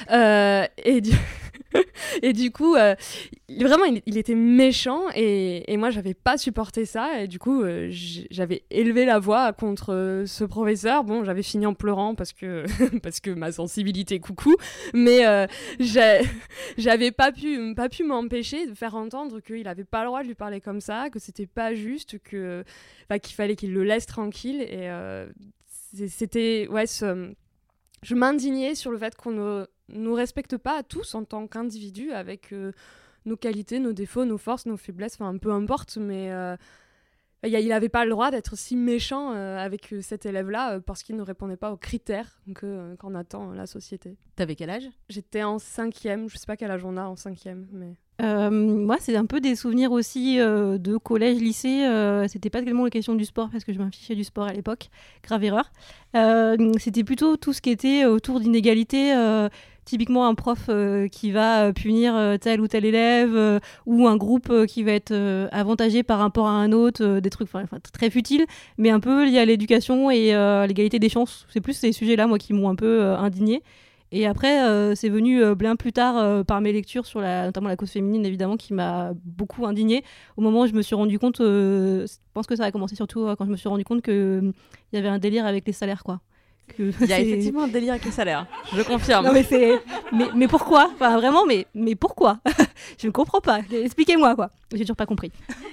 Et du coup, vraiment, il était méchant et moi, j'avais pas supporté ça. Et du coup, j'avais élevé la voix contre ce professeur. Bon, j'avais fini en pleurant parce que ma sensibilité, coucou. Mais j'avais pas pu m'empêcher de faire entendre qu'il avait pas le droit de lui parler comme ça, que c'était pas juste, qu'il fallait qu'il le laisse tranquille. Et c'était... Ouais, je m'indignais sur le fait qu'on ne nous respecte pas à tous en tant qu'individus avec nos qualités, nos défauts, nos forces, nos faiblesses, peu importe, mais il n'avait pas le droit d'être si méchant avec cet élève-là parce qu'il ne répondait pas aux critères qu'en attend la société. T'avais quel âge ? J'étais en 5e, je sais pas quel âge on a en 5e, mais... Moi, c'est un peu des souvenirs aussi de collège, lycée. C'était pas tellement la question du sport parce que je m'affichais du sport à l'époque. Grave erreur. C'était plutôt tout ce qui était autour d'inégalités. Typiquement, un prof qui va punir tel ou tel élève ou un groupe qui va être avantagé par rapport à un autre. Des trucs très futiles, mais un peu liés à l'éducation et à l'égalité des chances. C'est plus ces sujets-là, moi, qui m'ont un peu indignée. Et après, c'est venu bien plus tard par mes lectures sur notamment la cause féminine, évidemment, qui m'a beaucoup indignée. Au moment où je me suis rendu compte, je pense que ça a commencé surtout quand je me suis rendu compte qu'il y avait un délire avec les salaires, quoi. Il y a effectivement un délire avec les salaires, je confirme. Non, mais pourquoi ? Enfin, vraiment, mais pourquoi ? Je ne comprends pas. Expliquez-moi, quoi. J'ai toujours pas compris.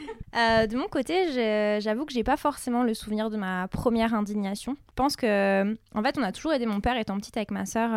De mon côté, j'avoue que j'ai pas forcément le souvenir de ma première indignation. Je pense que, en fait, on a toujours aidé mon père étant petite avec ma sœur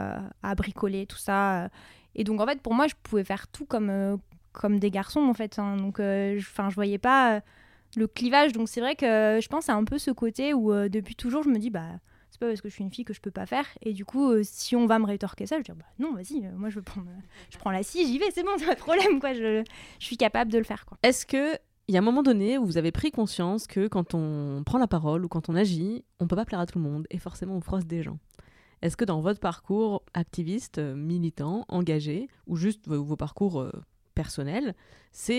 à bricoler, tout ça. Et donc, en fait, pour moi, je pouvais faire tout comme des garçons, en fait. Hein. Donc, je voyais pas le clivage. Donc, c'est vrai que je pense à un peu ce côté où, depuis toujours, je me dis, c'est pas parce que je suis une fille que je peux pas faire. Et du coup, si on va me rétorquer ça, je vais dire, non, vas-y, moi, je prends la scie, j'y vais, c'est bon, c'est pas de problème, quoi. Je suis capable de le faire, quoi. Est-ce que il y a un moment donné où vous avez pris conscience que quand on prend la parole ou quand on agit, on peut pas plaire à tout le monde et forcément on froisse des gens. Est-ce que dans votre parcours activiste, militant, engagé, ou juste vos parcours personnels, ça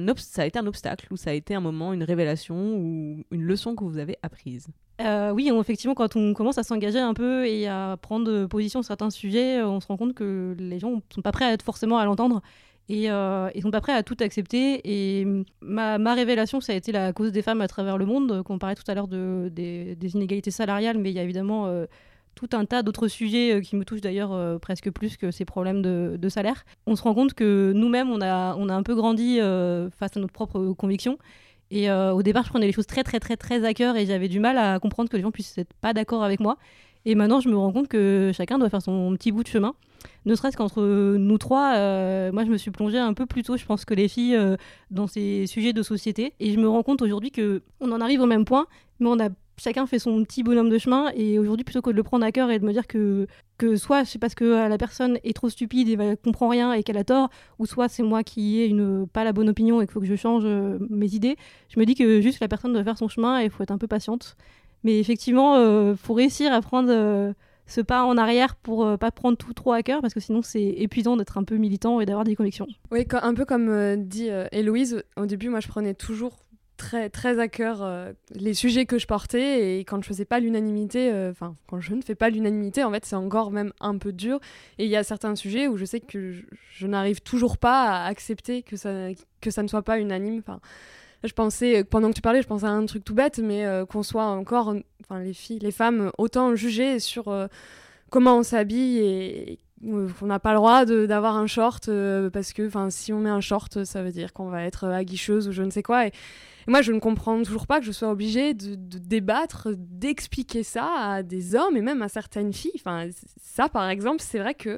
a été un obstacle ou ça a été un moment, une révélation ou une leçon que vous avez apprise ? Oui, effectivement, quand on commence à s'engager un peu et à prendre position sur certains sujets, on se rend compte que les gens ne sont pas prêts forcément à l'entendre. Et ils sont pas prêts à tout accepter. Et ma révélation, ça a été la cause des femmes à travers le monde. Qu'on parlait tout à l'heure des inégalités salariales, mais il y a évidemment tout un tas d'autres sujets qui me touchent d'ailleurs presque plus que ces problèmes de salaire. On se rend compte que nous-mêmes, on a un peu grandi face à notre propre conviction. Et au départ, je prenais les choses très, très, très, très à cœur et j'avais du mal à comprendre que les gens puissent être pas d'accord avec moi. Et maintenant, je me rends compte que chacun doit faire son petit bout de chemin. Ne serait-ce qu'entre nous trois, moi je me suis plongée un peu plus tôt, je pense, que les filles dans ces sujets de société. Et je me rends compte aujourd'hui qu'on en arrive au même point, mais on a chacun fait son petit bonhomme de chemin. Et aujourd'hui, plutôt que de le prendre à cœur et de me dire que soit c'est parce que la personne est trop stupide et ne comprend rien et qu'elle a tort, ou soit c'est moi qui ai pas la bonne opinion et qu'il faut que je change mes idées, je me dis que juste la personne doit faire son chemin et il faut être un peu patiente. Mais effectivement, faut réussir à prendre ce pas en arrière pour pas prendre tout trop à cœur, parce que sinon c'est épuisant d'être un peu militant et d'avoir des convictions. Oui, un peu comme dit Héloïse, au début, moi je prenais toujours très, très à cœur les sujets que je portais, et quand je faisais pas l'unanimité, quand je ne fais pas l'unanimité, en fait c'est encore même un peu dur, et il y a certains sujets où je sais que je n'arrive toujours pas à accepter que ça ne soit pas unanime. Je pensais, pendant que tu parlais, je pensais à un truc tout bête, mais qu'on soit encore, les femmes, autant jugées sur comment on s'habille et qu'on n'a pas le droit d'avoir un short parce que si on met un short, ça veut dire qu'on va être aguicheuse ou je ne sais quoi. Et moi, je ne comprends toujours pas que je sois obligée de débattre, d'expliquer ça à des hommes et même à certaines filles. Ça, par exemple, c'est vrai que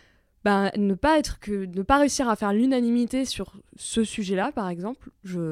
ne pas réussir à faire l'unanimité sur ce sujet-là, par exemple,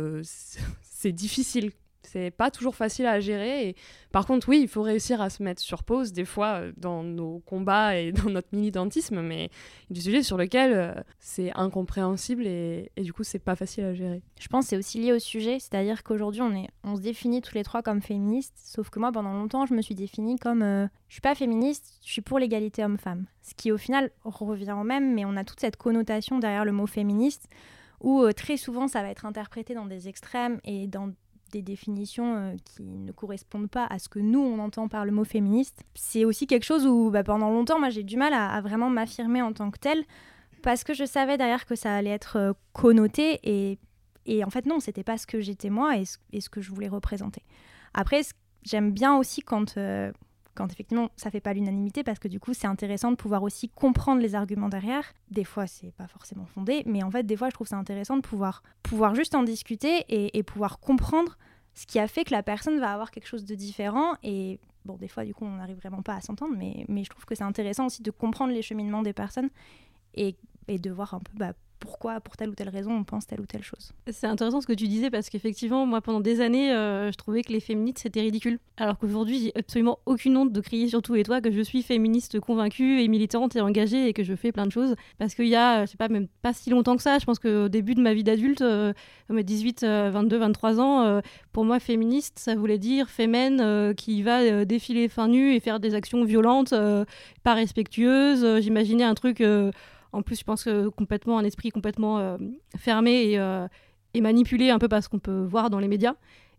c'est difficile. C'est pas toujours facile à gérer. Et par contre, oui, il faut réussir à se mettre sur pause, des fois, dans nos combats et dans notre militantisme, mais il y a des sujets sur lesquels c'est incompréhensible et du coup, c'est pas facile à gérer. Je pense que c'est aussi lié au sujet, c'est-à-dire qu'aujourd'hui, on se définit tous les trois comme féministes, sauf que moi, pendant longtemps, je me suis définie comme je suis pas féministe, je suis pour l'égalité homme-femme. Ce qui, au final, revient au même, mais on a toute cette connotation derrière le mot féministe, où très souvent, ça va être interprété dans des extrêmes et dans des définitions qui ne correspondent pas à ce que nous, on entend par le mot féministe. C'est aussi quelque chose où, pendant longtemps, moi, j'ai du mal à vraiment m'affirmer en tant que telle, parce que je savais derrière que ça allait être connoté, et en fait, non, c'était pas ce que j'étais moi et ce que je voulais représenter. Après, j'aime bien aussi quand effectivement, ça fait pas l'unanimité, parce que du coup, c'est intéressant de pouvoir aussi comprendre les arguments derrière. Des fois, c'est pas forcément fondé, mais en fait, des fois, je trouve ça intéressant de pouvoir juste en discuter et pouvoir comprendre ce qui a fait que la personne va avoir quelque chose de différent. Et bon, des fois, du coup, on n'arrive vraiment pas à s'entendre, mais je trouve que c'est intéressant aussi de comprendre les cheminements des personnes et de voir un peu pourquoi, pour telle ou telle raison, on pense telle ou telle chose. C'est intéressant ce que tu disais, parce qu'effectivement, moi, pendant des années, je trouvais que les féministes, c'était ridicule. Alors qu'aujourd'hui, j'ai absolument aucune honte de crier sur tous et toits que je suis féministe convaincue et militante et engagée et que je fais plein de choses. Parce qu'il y a, je sais pas, même pas si longtemps que ça, je pense qu'au début de ma vie d'adulte, à mes 18, 22, 23 ans, pour moi, féministe, ça voulait dire fémène qui va défiler fin nu et faire des actions violentes, pas respectueuses. J'imaginais un truc... En plus, je pense que un esprit complètement fermé et manipulé un peu par ce qu'on peut voir dans les médias.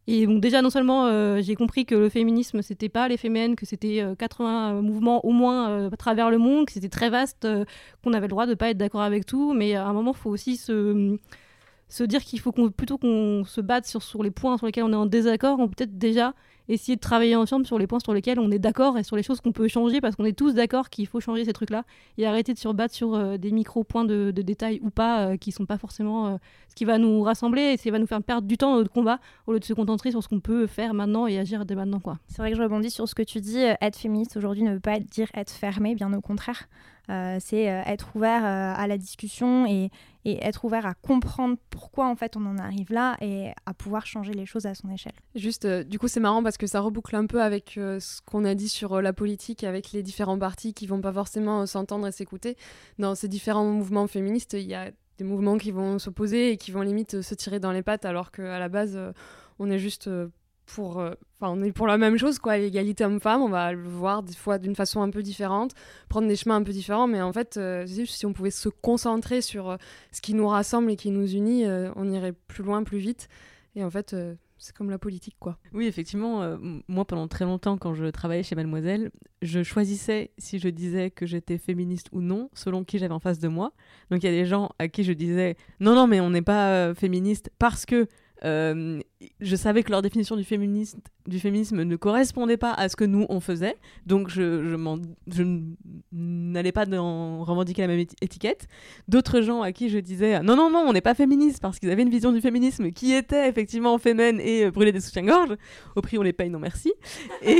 Et donc déjà, non seulement j'ai compris que le féminisme, c'était pas les féminines, que c'était 80 mouvements au moins à travers le monde, que c'était très vaste, qu'on avait le droit de pas être d'accord avec tout, mais à un moment, il faut aussi se dire qu'il faut plutôt qu'on se batte sur les points sur lesquels on est en désaccord, on peut peut-être déjà essayer de travailler ensemble sur les points sur lesquels on est d'accord et sur les choses qu'on peut changer, parce qu'on est tous d'accord qu'il faut changer ces trucs-là, et arrêter de se rebattre sur des micro-points de détails ou pas, qui sont pas forcément ce qui va nous rassembler et ce qui va nous faire perdre du temps dans notre combat, au lieu de se concentrer sur ce qu'on peut faire maintenant et agir dès maintenant, quoi. C'est vrai que je rebondis sur ce que tu dis, être féministe aujourd'hui ne veut pas dire être fermé, bien au contraire. C'est être ouvert à la discussion et être ouvert à comprendre pourquoi en fait on en arrive là et à pouvoir changer les choses à son échelle. Juste, du coup c'est marrant parce que ça reboucle un peu avec ce qu'on a dit sur la politique, avec les différents partis qui vont pas forcément s'entendre et s'écouter. Dans ces différents mouvements féministes, il y a des mouvements qui vont s'opposer et qui vont limite se tirer dans les pattes, alors qu'à la base on est juste... on est pour la même chose, quoi, l'égalité homme-femme. On va le voir des fois d'une façon un peu différente, prendre des chemins un peu différents, mais en fait, si on pouvait se concentrer sur ce qui nous rassemble et qui nous unit, on irait plus loin, plus vite. Et en fait, c'est comme la politique, quoi. Oui, effectivement, moi, pendant très longtemps, quand je travaillais chez Mademoiselle, je choisissais si je disais que j'étais féministe ou non, selon qui j'avais en face de moi. Donc, il y a des gens à qui je disais « Non, mais on n'est pas féministe parce que... » je savais que leur définition du féminisme ne correspondait pas à ce que nous on faisait, donc je n'allais pas revendiquer la même étiquette. D'autres gens à qui je disais non, on n'est pas féministe, parce qu'ils avaient une vision du féminisme qui était effectivement féminine et brûler des soutiens-gorge, au prix on les paye, non merci. Et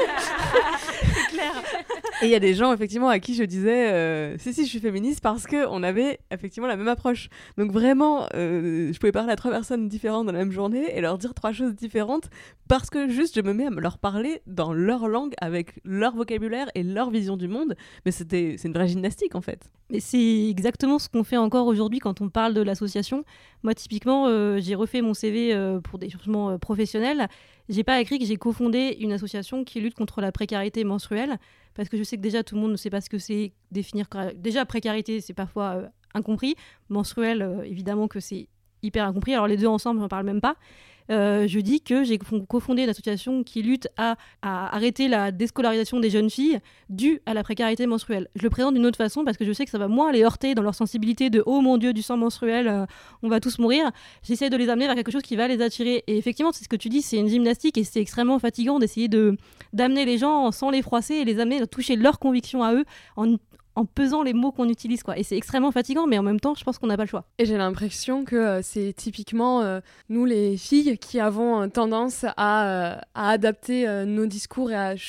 il y a des gens effectivement à qui je disais si je suis féministe parce qu'on avait effectivement la même approche. Donc vraiment je pouvais parler à 3 personnes différentes dans la même journée et leur dire 3 choses différentes, parce que juste je me mets à leur parler dans leur langue, avec leur vocabulaire et leur vision du monde. Mais c'est une vraie gymnastique en fait. Mais c'est exactement ce qu'on fait encore aujourd'hui quand on parle de l'association. Moi typiquement j'ai refait mon CV pour des changements professionnels. J'ai pas écrit que j'ai cofondé une association qui lutte contre la précarité menstruelle, parce que je sais que déjà tout le monde ne sait pas ce que c'est définir. Déjà précarité, c'est parfois incompris. Menstruelle, évidemment que c'est hyper incompris. Alors les deux ensemble, j'en parle même pas. Je dis que j'ai cofondé une association qui lutte à arrêter la déscolarisation des jeunes filles due à la précarité menstruelle. Je le présente d'une autre façon parce que je sais que ça va moins les heurter dans leur sensibilité de « Oh mon Dieu, du sang menstruel, on va tous mourir ». J'essaie de les amener vers quelque chose qui va les attirer. Et effectivement, c'est ce que tu dis, c'est une gymnastique et c'est extrêmement fatigant d'essayer d'amener les gens sans les froisser et les amener à toucher leurs convictions à eux en pesant les mots qu'on utilise, quoi. Et c'est extrêmement fatigant, mais en même temps, je pense qu'on n'a pas le choix. Et j'ai l'impression que c'est typiquement nous, les filles, qui avons tendance à adapter nos discours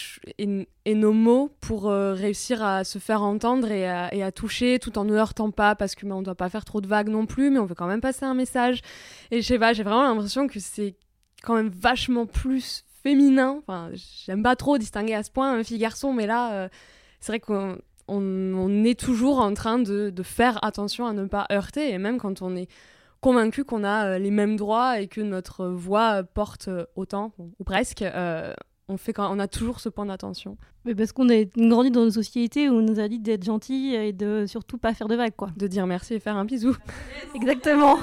et nos mots pour réussir à se faire entendre et à toucher, tout en ne heurtant pas, parce que on ne doit pas faire trop de vagues non plus, mais on veut quand même passer un message. Et je sais pas, j'ai vraiment l'impression que c'est quand même vachement plus féminin. Enfin, j'aime pas trop distinguer à ce point fille-garçon, mais là, c'est vrai qu'on est toujours en train de faire attention à ne pas heurter, et même quand on est convaincu qu'on a les mêmes droits et que notre voix porte autant, ou presque, on a toujours ce point d'attention. Mais parce qu'on a grandi dans une société où on nous a dit d'être gentil et de surtout pas faire de vagues, quoi. De dire merci et faire un bisou. Exactement.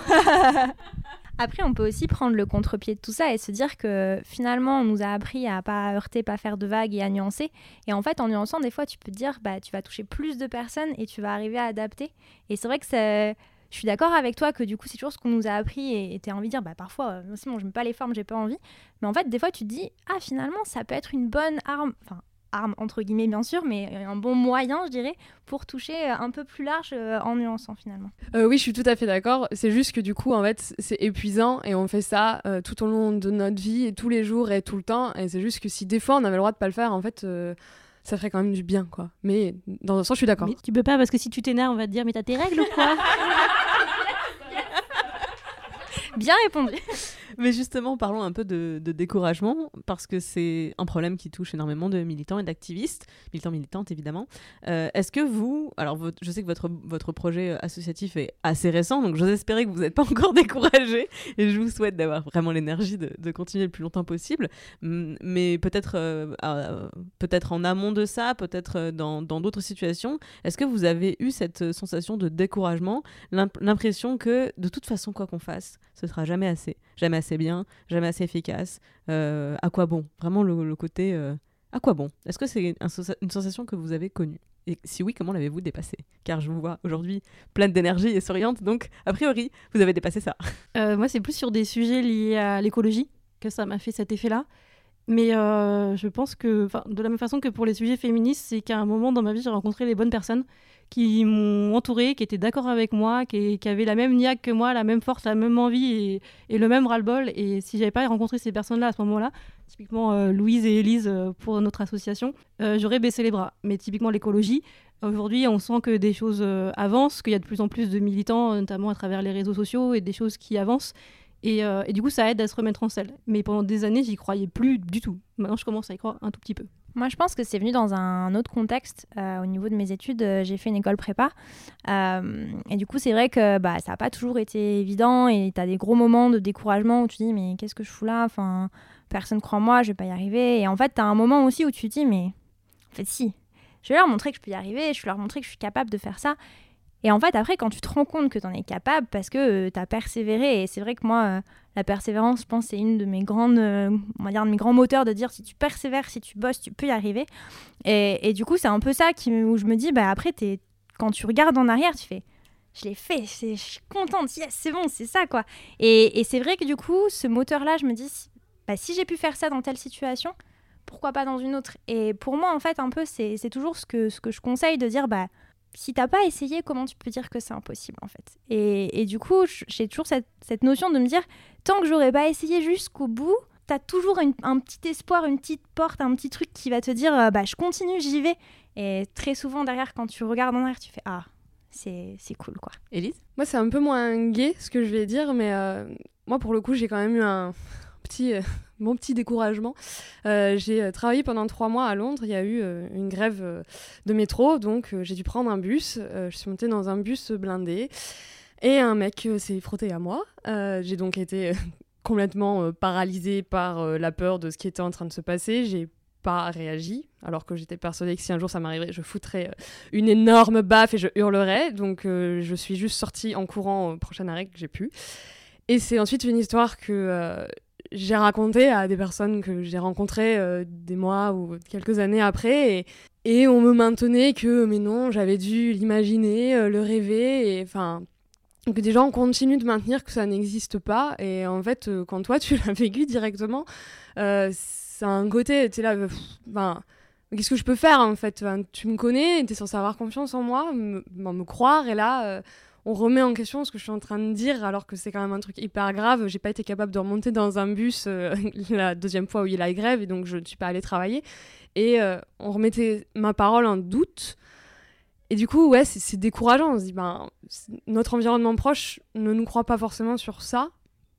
Après, on peut aussi prendre le contre-pied de tout ça et se dire que finalement, on nous a appris à pas heurter, pas faire de vagues et à nuancer. Et en fait, en nuançant, des fois, tu peux te dire, tu vas toucher plus de personnes et tu vas arriver à adapter. Et c'est vrai que je suis d'accord avec toi que du coup, c'est toujours ce qu'on nous a appris et tu as envie de dire, parfois, aussi, je mets pas les formes, j'ai pas envie. Mais en fait, des fois, tu te dis, finalement, ça peut être une bonne arme. Enfin, arme entre guillemets bien sûr, mais un bon moyen je dirais pour toucher un peu plus large en nuançant finalement. Oui, je suis tout à fait d'accord, c'est juste que du coup en fait c'est épuisant et on fait ça tout au long de notre vie et tous les jours et tout le temps, et c'est juste que si des fois on avait le droit de pas le faire, en fait ça ferait quand même du bien, quoi. Mais dans un sens je suis d'accord. Mais tu peux pas, parce que si tu t'énerves on va te dire mais t'as tes règles ou quoi? Bien répondu. Mais justement, parlons un peu de découragement, parce que c'est un problème qui touche énormément de militants et d'activistes, militantes évidemment. Est-ce que vous, alors je sais que votre projet associatif est assez récent, donc j'ose espérer que vous n'êtes pas encore découragés, et je vous souhaite d'avoir vraiment l'énergie de continuer le plus longtemps possible, mais peut-être en amont de ça, peut-être dans d'autres situations, est-ce que vous avez eu cette sensation de découragement, l'impression que de toute façon, quoi qu'on fasse, ce sera jamais assez? jamais assez bien, jamais assez efficace. À quoi bon ? Vraiment le côté à quoi bon ? Est-ce que c'est une sensation que vous avez connue ? Et si oui, comment l'avez-vous dépassée ? Car je vous vois aujourd'hui pleine d'énergie et souriante, donc a priori, vous avez dépassé ça. Moi, c'est plus sur des sujets liés à l'écologie que ça m'a fait cet effet-là. Mais je pense que, de la même façon que pour les sujets féministes, c'est qu'à un moment dans ma vie, j'ai rencontré les bonnes personnes qui m'ont entourée, qui étaient d'accord avec moi, qui avaient la même niaque que moi, la même force, la même envie et le même ras-le-bol. Et si j'avais pas rencontré ces personnes-là à ce moment-là, typiquement Louise et Élise pour notre association, j'aurais baissé les bras. Mais typiquement l'écologie, aujourd'hui, on sent que des choses avancent, qu'il y a de plus en plus de militants, notamment à travers les réseaux sociaux, et des choses qui avancent. Et du coup, ça aide à se remettre en selle. Mais pendant des années, j'y croyais plus du tout. Maintenant, je commence à y croire un tout petit peu. Moi, je pense que c'est venu dans un autre contexte. Au niveau de mes études, j'ai fait une école prépa. Et du coup, c'est vrai que ça n'a pas toujours été évident. Et tu as des gros moments de découragement où tu te dis, mais qu'est-ce que je fous là ? Enfin, personne ne croit en moi, je ne vais pas y arriver. Et en fait, tu as un moment aussi où tu te dis, mais en fait, si. Je vais leur montrer que je peux y arriver. Je vais leur montrer que je suis capable de faire ça. Et en fait, après, quand tu te rends compte que tu en es capable, parce que tu as persévéré, et c'est vrai que moi, la persévérance, je pense, c'est une de mes grandes, on va dire, de mes grands moteurs de dire si tu persévères, si tu bosses, tu peux y arriver. Et du coup, c'est un peu ça où je me dis, après, quand tu regardes en arrière, tu fais, je l'ai fait, je suis contente, yes, c'est bon, c'est ça, quoi. Et c'est vrai que du coup, ce moteur-là, je me dis, si j'ai pu faire ça dans telle situation, pourquoi pas dans une autre ? Et pour moi, en fait, un peu, c'est toujours ce que je conseille de dire, si t'as pas essayé, comment tu peux dire que c'est impossible, en fait ? Et du coup, j'ai toujours cette notion de me dire, tant que j'aurais pas essayé jusqu'au bout, t'as toujours un petit espoir, une petite porte, un petit truc qui va te dire, je continue, j'y vais. Et très souvent, derrière, quand tu regardes en arrière, tu fais, c'est cool, quoi. Élise ? Moi, c'est un peu moins gai, ce que je vais dire, mais moi, pour le coup, j'ai quand même eu un bon petit découragement. J'ai travaillé pendant 3 mois à Londres. Il y a eu une grève de métro, donc j'ai dû prendre un bus. Je suis montée dans un bus blindé et un mec s'est frotté à moi. J'ai donc été complètement paralysée par la peur de ce qui était en train de se passer. J'ai pas réagi, alors que j'étais persuadée que si un jour ça m'arriverait, je foutrais une énorme baffe et je hurlerais. Donc je suis juste sortie en courant au prochain arrêt que j'ai pu. Et c'est ensuite une histoire que j'ai raconté à des personnes que j'ai rencontrées des mois ou quelques années après et on me maintenait que mais non, j'avais dû l'imaginer, le rêver et enfin que des gens continuent de maintenir que ça n'existe pas et en fait quand toi tu l'as vécu directement c'est un côté t'es là qu'est-ce que je peux faire en fait, tu me connais, t'es censé avoir confiance en moi, me croire et là on remet en question ce que je suis en train de dire alors que c'est quand même un truc hyper grave. J'ai pas été capable de remonter dans un bus la deuxième fois où il y a la grève et donc je ne suis pas allée travailler. Et on remettait ma parole en doute. Et du coup, ouais, c'est décourageant. On se dit, notre environnement proche ne nous croit pas forcément sur ça.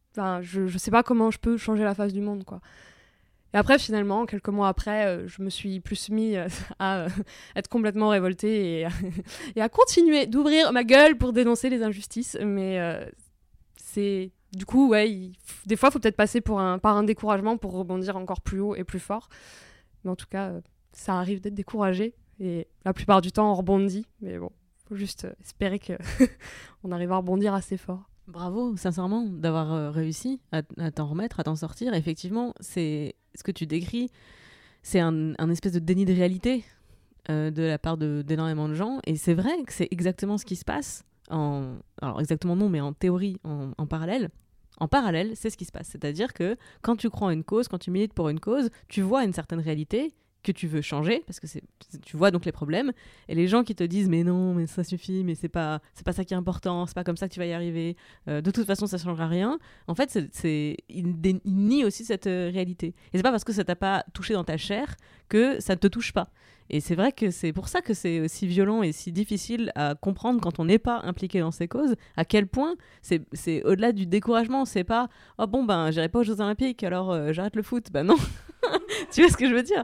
Je sais pas comment je peux changer la face du monde, quoi. Et après, finalement, quelques mois après, je me suis plus mis à être complètement révoltée et à continuer d'ouvrir ma gueule pour dénoncer les injustices. Mais c'est... Du coup, ouais, des fois, il faut peut-être passer par un découragement pour rebondir encore plus haut et plus fort. Mais en tout cas, ça arrive d'être découragé. Et la plupart du temps, on rebondit. Mais bon, il faut juste espérer qu'on arrive à rebondir assez fort. Bravo, sincèrement, d'avoir réussi à t'en remettre, à t'en sortir. Effectivement, c'est ce que tu décris, c'est un espèce de déni de réalité de la part d'énormément de gens. Et c'est vrai que c'est exactement ce qui se passe. Alors exactement non, mais en théorie, en parallèle. En parallèle, c'est ce qui se passe. C'est-à-dire que quand tu crois en une cause, quand tu milites pour une cause, tu vois une certaine réalité que tu veux changer, parce que tu vois donc les problèmes, et les gens qui te disent mais non, mais ça suffit, mais c'est pas ça qui est important, c'est pas comme ça que tu vas y arriver, de toute façon ça changera rien, en fait ils nient aussi cette réalité. Et c'est pas parce que ça t'a pas touché dans ta chair que ça ne te touche pas. Et c'est vrai que c'est pour ça que c'est aussi violent et si difficile à comprendre quand on n'est pas impliqué dans ces causes, à quel point c'est au-delà du découragement, c'est pas « Oh bon, j'irai pas aux Jeux Olympiques, alors j'arrête le foot ». Non. Tu vois ce que je veux dire ?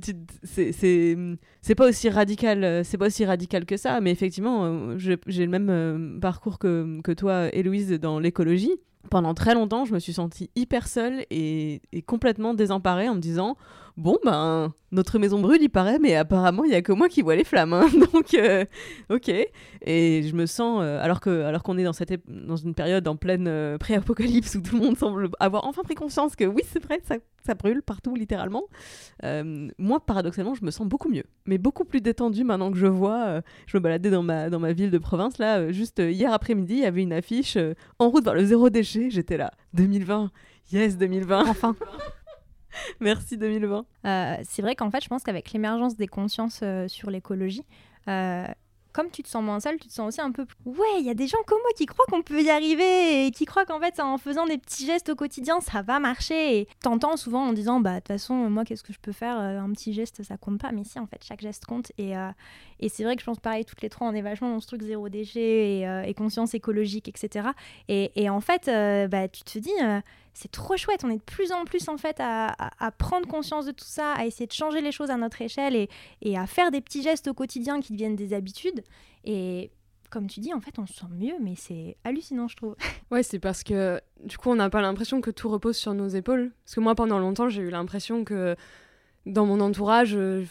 C'est pas aussi radical que ça, mais effectivement, j'ai le même parcours que toi, Héloïse, dans l'écologie. Pendant très longtemps, je me suis sentie hyper seule et complètement désemparée en me disant bon, ben, notre maison brûle, il paraît, mais apparemment, il n'y a que moi qui vois les flammes. Hein. Donc, ok. Et je me sens, alors qu'on est dans une période en pleine pré-apocalypse où tout le monde semble avoir enfin pris conscience que oui, c'est vrai, ça brûle partout, littéralement. Moi, paradoxalement, je me sens beaucoup mieux, mais beaucoup plus détendue maintenant que je vois. Je me baladais dans ma ville de province, là, juste hier après-midi, il y avait une affiche en route vers le zéro déchet. J'étais là, 2020, yes, 2020. Enfin. Merci 2020. C'est vrai qu'en fait, je pense qu'avec l'émergence des consciences sur l'écologie, comme tu te sens moins seul, tu te sens aussi un peu... Ouais, il y a des gens comme moi qui croient qu'on peut y arriver et qui croient qu'en fait, en faisant des petits gestes au quotidien, ça va marcher. Et t'entends souvent en disant, bah de toute façon, moi, qu'est-ce que je peux faire ? Un petit geste, ça compte pas. Mais si, en fait, chaque geste compte. Et c'est vrai que je pense pareil, toutes les trois, on est vachement dans ce truc zéro déchet et conscience écologique, etc. Et en fait, tu te dis... c'est trop chouette, on est de plus en plus en fait à prendre conscience de tout ça, à essayer de changer les choses à notre échelle et à faire des petits gestes au quotidien qui deviennent des habitudes. Et comme tu dis, en fait, on se sent mieux, mais c'est hallucinant, je trouve. Ouais, c'est parce que du coup, on n'a pas l'impression que tout repose sur nos épaules. Parce que moi, pendant longtemps, j'ai eu l'impression que dans mon entourage,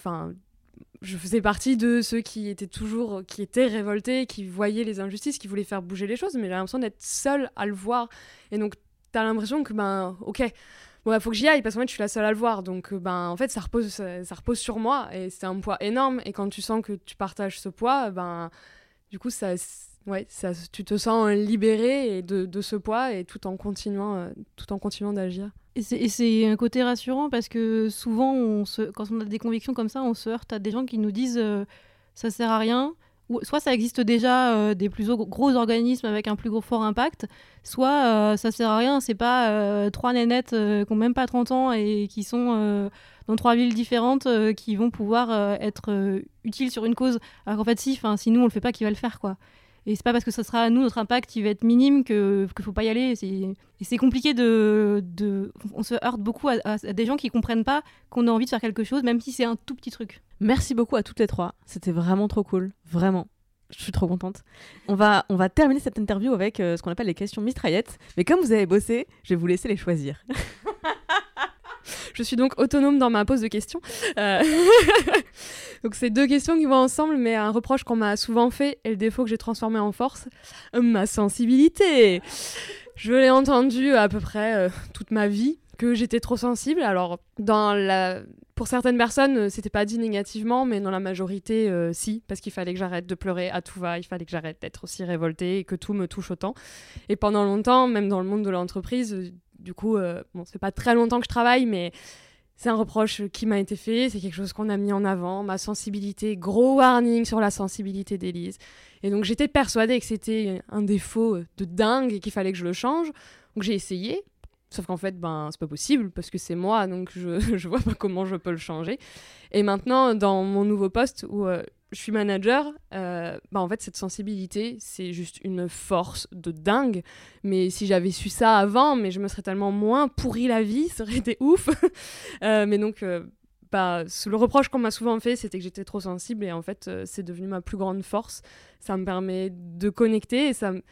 je faisais partie de ceux qui étaient révoltés, qui voyaient les injustices, qui voulaient faire bouger les choses, mais j'ai l'impression d'être seule à le voir. Et donc, t'as l'impression que, ok, bon, faut que j'y aille, parce qu'en fait, je suis la seule à le voir. Donc, en fait, ça repose sur moi, et c'est un poids énorme. Et quand tu sens que tu partages ce poids, du coup, tu te sens libéré de ce poids, et tout en continuant d'agir. Et c'est un côté rassurant, parce que souvent, quand on a des convictions comme ça, on se heurte à des gens qui nous disent ça sert à rien. Soit ça existe déjà des plus gros organismes avec un plus fort impact, soit ça sert à rien, c'est pas trois nénettes qui ont même pas 30 ans et qui sont dans 3 villes différentes qui vont pouvoir être utiles sur une cause. Alors qu'en fait, si nous on le fait pas, qui va le faire, quoi. Et c'est pas parce que ça sera à nous, notre impact qui va être minime qu'il faut pas y aller. Et c'est compliqué on se heurte beaucoup à des gens qui comprennent pas qu'on a envie de faire quelque chose, même si c'est un tout petit truc. Merci beaucoup à toutes les trois. C'était vraiment trop cool. Vraiment. Je suis trop contente. On va terminer cette interview avec ce qu'on appelle les questions mitraillettes. Mais comme vous avez bossé, je vais vous laisser les choisir. Je suis donc autonome dans ma pose de questions. Donc c'est 2 questions qui vont ensemble, mais un reproche qu'on m'a souvent fait et le défaut que j'ai transformé en force, ma sensibilité. Je l'ai entendu à peu près toute ma vie, que j'étais trop sensible. Alors, pour certaines personnes, c'était pas dit négativement, mais dans la majorité, si, parce qu'il fallait que j'arrête de pleurer à tout va, il fallait que j'arrête d'être aussi révoltée et que tout me touche autant. Et pendant longtemps, même dans le monde de l'entreprise, du coup, c'est pas très longtemps que je travaille, mais c'est un reproche qui m'a été fait, c'est quelque chose qu'on a mis en avant, ma sensibilité, gros warning sur la sensibilité d'Élise. Et donc j'étais persuadée que c'était un défaut de dingue et qu'il fallait que je le change. Donc j'ai essayé, sauf qu'en fait, c'est pas possible parce que c'est moi, donc je vois pas comment je peux le changer. Et maintenant, dans mon nouveau poste où je suis manager, en fait, cette sensibilité, c'est juste une force de dingue. Mais si j'avais su ça avant, mais je me serais tellement moins pourri la vie, ça aurait été ouf. Mais donc, le reproche qu'on m'a souvent fait, c'était que j'étais trop sensible. Et en fait, c'est devenu ma plus grande force. Ça me permet de connecter et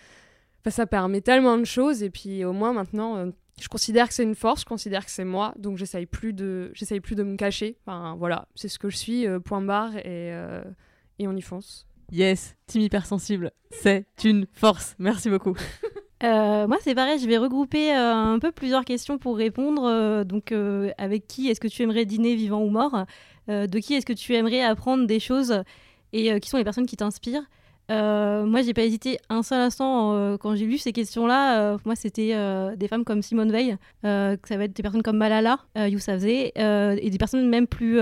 ça permet tellement de choses. Et puis, au moins, maintenant... je considère que c'est une force, je considère que c'est moi, donc j'essaye plus de me cacher. Enfin, voilà, c'est ce que je suis, point barre, et on y fonce. Yes, team hypersensible, c'est une force. Merci beaucoup. Moi, c'est pareil, je vais regrouper un peu plusieurs questions pour répondre. Avec qui est-ce que tu aimerais dîner, vivant ou mort ? De qui est-ce que tu aimerais apprendre des choses ? Et qui sont les personnes qui t'inspirent ? Moi, j'ai pas hésité un seul instant quand j'ai lu ces questions-là. Moi, c'était des femmes comme Simone Veil, ça va être des personnes comme Malala Yousafzai, et des personnes même plus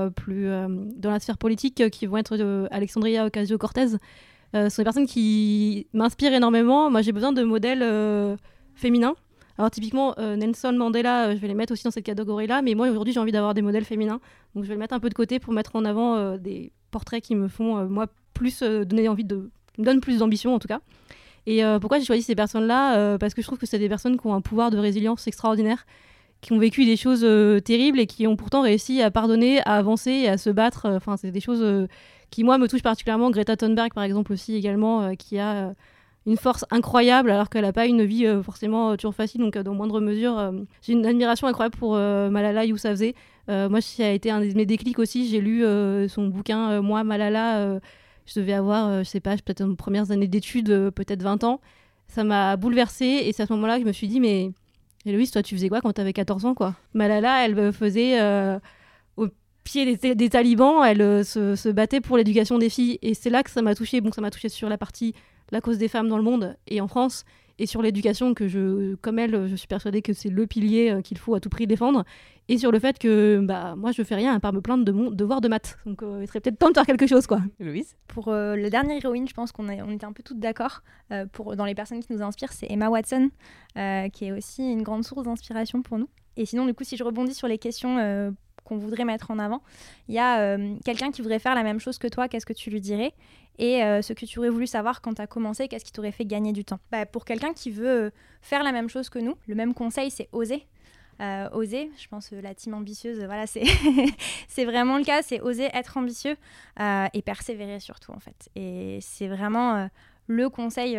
dans la sphère politique qui vont être Alexandria Ocasio-Cortez. Ce sont des personnes qui m'inspirent énormément. Moi, j'ai besoin de modèles féminins. Alors typiquement, Nelson Mandela, je vais les mettre aussi dans cette catégorie-là, mais moi, aujourd'hui, j'ai envie d'avoir des modèles féminins. Donc, je vais le mettre un peu de côté pour mettre en avant des portraits qui me font, moi, plus donner envie qui me donnent plus d'ambition, en tout cas. Et pourquoi j'ai choisi ces personnes-là ? Parce que je trouve que c'est des personnes qui ont un pouvoir de résilience extraordinaire, qui ont vécu des choses terribles et qui ont pourtant réussi à pardonner, à avancer et à se battre. Enfin, c'est des choses qui, moi, me touchent particulièrement. Greta Thunberg, par exemple, aussi, également, qui a... une force incroyable alors qu'elle n'a pas une vie forcément toujours facile, donc dans moindre mesure. J'ai une admiration incroyable pour Malala Yousafzai, Moi, ça a été un de mes déclics aussi. J'ai lu son bouquin Moi, Malala. Je devais avoir, je sais pas, peut-être mes premières années d'études, peut-être 20 ans. Ça m'a bouleversée et c'est à ce moment-là que je me suis dit, mais Héloïse, toi, tu faisais quoi quand t'avais 14 ans, quoi ? Malala, elle faisait au pied des talibans, elle se battait pour l'éducation des filles. Et c'est là que ça m'a touchée. Bon, ça m'a touchée sur la partie la cause des femmes dans le monde et en France, et sur l'éducation comme elle, je suis persuadée que c'est le pilier qu'il faut à tout prix défendre, et sur le fait que moi je fais rien à part me plaindre de mon devoir de maths, donc il serait peut-être temps de faire quelque chose, quoi. Louise ? Pour le dernier héroïne, je pense qu'on était un peu toutes d'accord, dans les personnes qui nous inspirent, c'est Emma Watson, qui est aussi une grande source d'inspiration pour nous. Et sinon, du coup, si je rebondis sur les questions qu'on voudrait mettre en avant, il y a quelqu'un qui voudrait faire la même chose que toi, qu'est-ce que tu lui dirais ? Et ce que tu aurais voulu savoir quand tu as commencé, qu'est-ce qui t'aurait fait gagner du temps ? Pour quelqu'un qui veut faire la même chose que nous, le même conseil, c'est oser. Oser, je pense la team ambitieuse, voilà, c'est vraiment le cas, c'est oser être ambitieux et persévérer surtout, en fait. Et c'est vraiment le conseil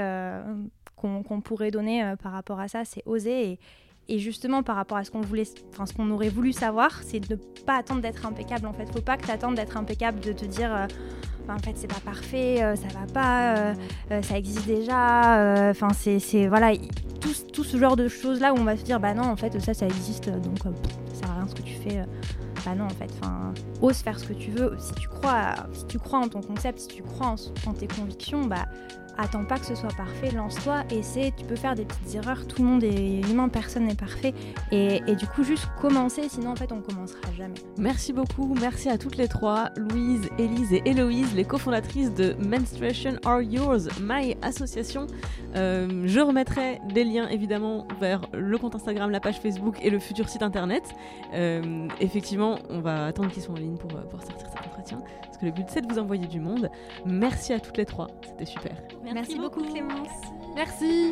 qu'on pourrait donner par rapport à ça, c'est oser. Et justement, par rapport à ce qu'on aurait voulu savoir, c'est de ne pas attendre d'être impeccable, en fait. Faut pas que tu attendes d'être impeccable, de te dire en fait, c'est pas parfait, ça va pas, ça existe déjà. Enfin, c'est voilà, tout ce genre de choses-là où on va se dire, bah non, en fait, ça existe, donc ça sert à rien ce que tu fais. Bah non, en fait, ose faire ce que tu veux. Si tu crois en ton concept, si tu crois en tes convictions, bah attends pas que ce soit parfait, lance-toi, essaie, tu peux faire des petites erreurs, tout le monde est humain, personne n'est parfait, et du coup juste commencer, sinon en fait on commencera jamais. Merci beaucoup, merci à toutes les trois, Louise, Élise et Héloïse, les cofondatrices de Menstruation Are Yours, my association. Je remettrai des liens évidemment vers le compte Instagram, la page Facebook et le futur site internet. Effectivement, on va attendre qu'ils soient en ligne pour sortir cet entretien, parce que le but c'est de vous envoyer du monde. Merci à toutes les trois, c'était super. Merci beaucoup Clémence. Merci.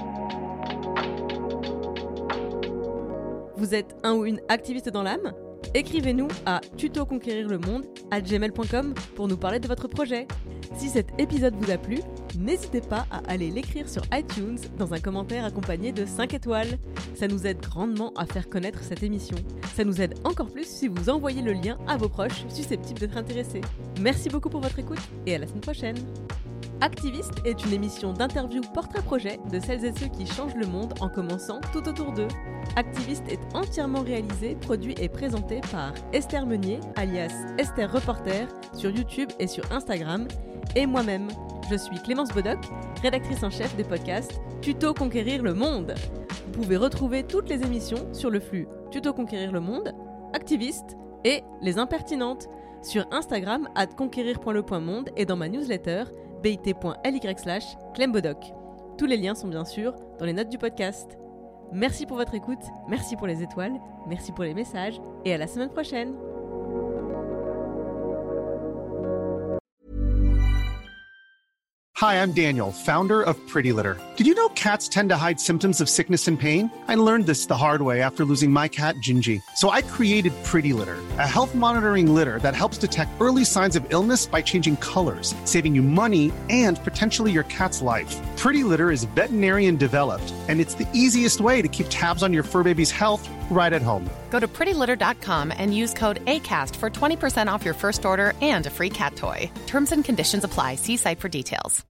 Vous êtes un ou une activiste dans l'âme ? Écrivez-nous à tutoconquérirlemonde@gmail.com pour nous parler de votre projet. Si cet épisode vous a plu, n'hésitez pas à aller l'écrire sur iTunes dans un commentaire accompagné de 5 étoiles. Ça nous aide grandement à faire connaître cette émission. Ça nous aide encore plus si vous envoyez le lien à vos proches susceptibles d'être intéressés. Merci beaucoup pour votre écoute et à la semaine prochaine. Activiste est une émission d'interview portrait-projet de celles et ceux qui changent le monde en commençant tout autour d'eux. Activiste est entièrement réalisé, produit et présenté par Esther Meunier, alias Esther Reporter, sur YouTube et sur Instagram, et moi-même. Je suis Clémence Bodoc, rédactrice en chef des podcasts Tuto Conquérir le Monde. Vous pouvez retrouver toutes les émissions sur le flux Tuto Conquérir le Monde, Activiste et Les Impertinentes, sur Instagram @conquérir.le.monde et dans ma newsletter bit.ly/clembodoc. Tous les liens sont bien sûr dans les notes du podcast. Merci pour votre écoute, merci pour les étoiles, merci pour les messages et à la semaine prochaine. Hi, I'm Daniel, founder of Pretty Litter. Did you know cats tend to hide symptoms of sickness and pain? I learned this the hard way after losing my cat, Gingy. So I created Pretty Litter, a health monitoring litter that helps detect early signs of illness by changing colors, saving you money and potentially your cat's life. Pretty Litter is veterinarian developed, and it's the easiest way to keep tabs on your fur baby's health right at home. Go to prettylitter.com and use code ACAST for 20% off your first order and a free cat toy. Terms and conditions apply. See site for details.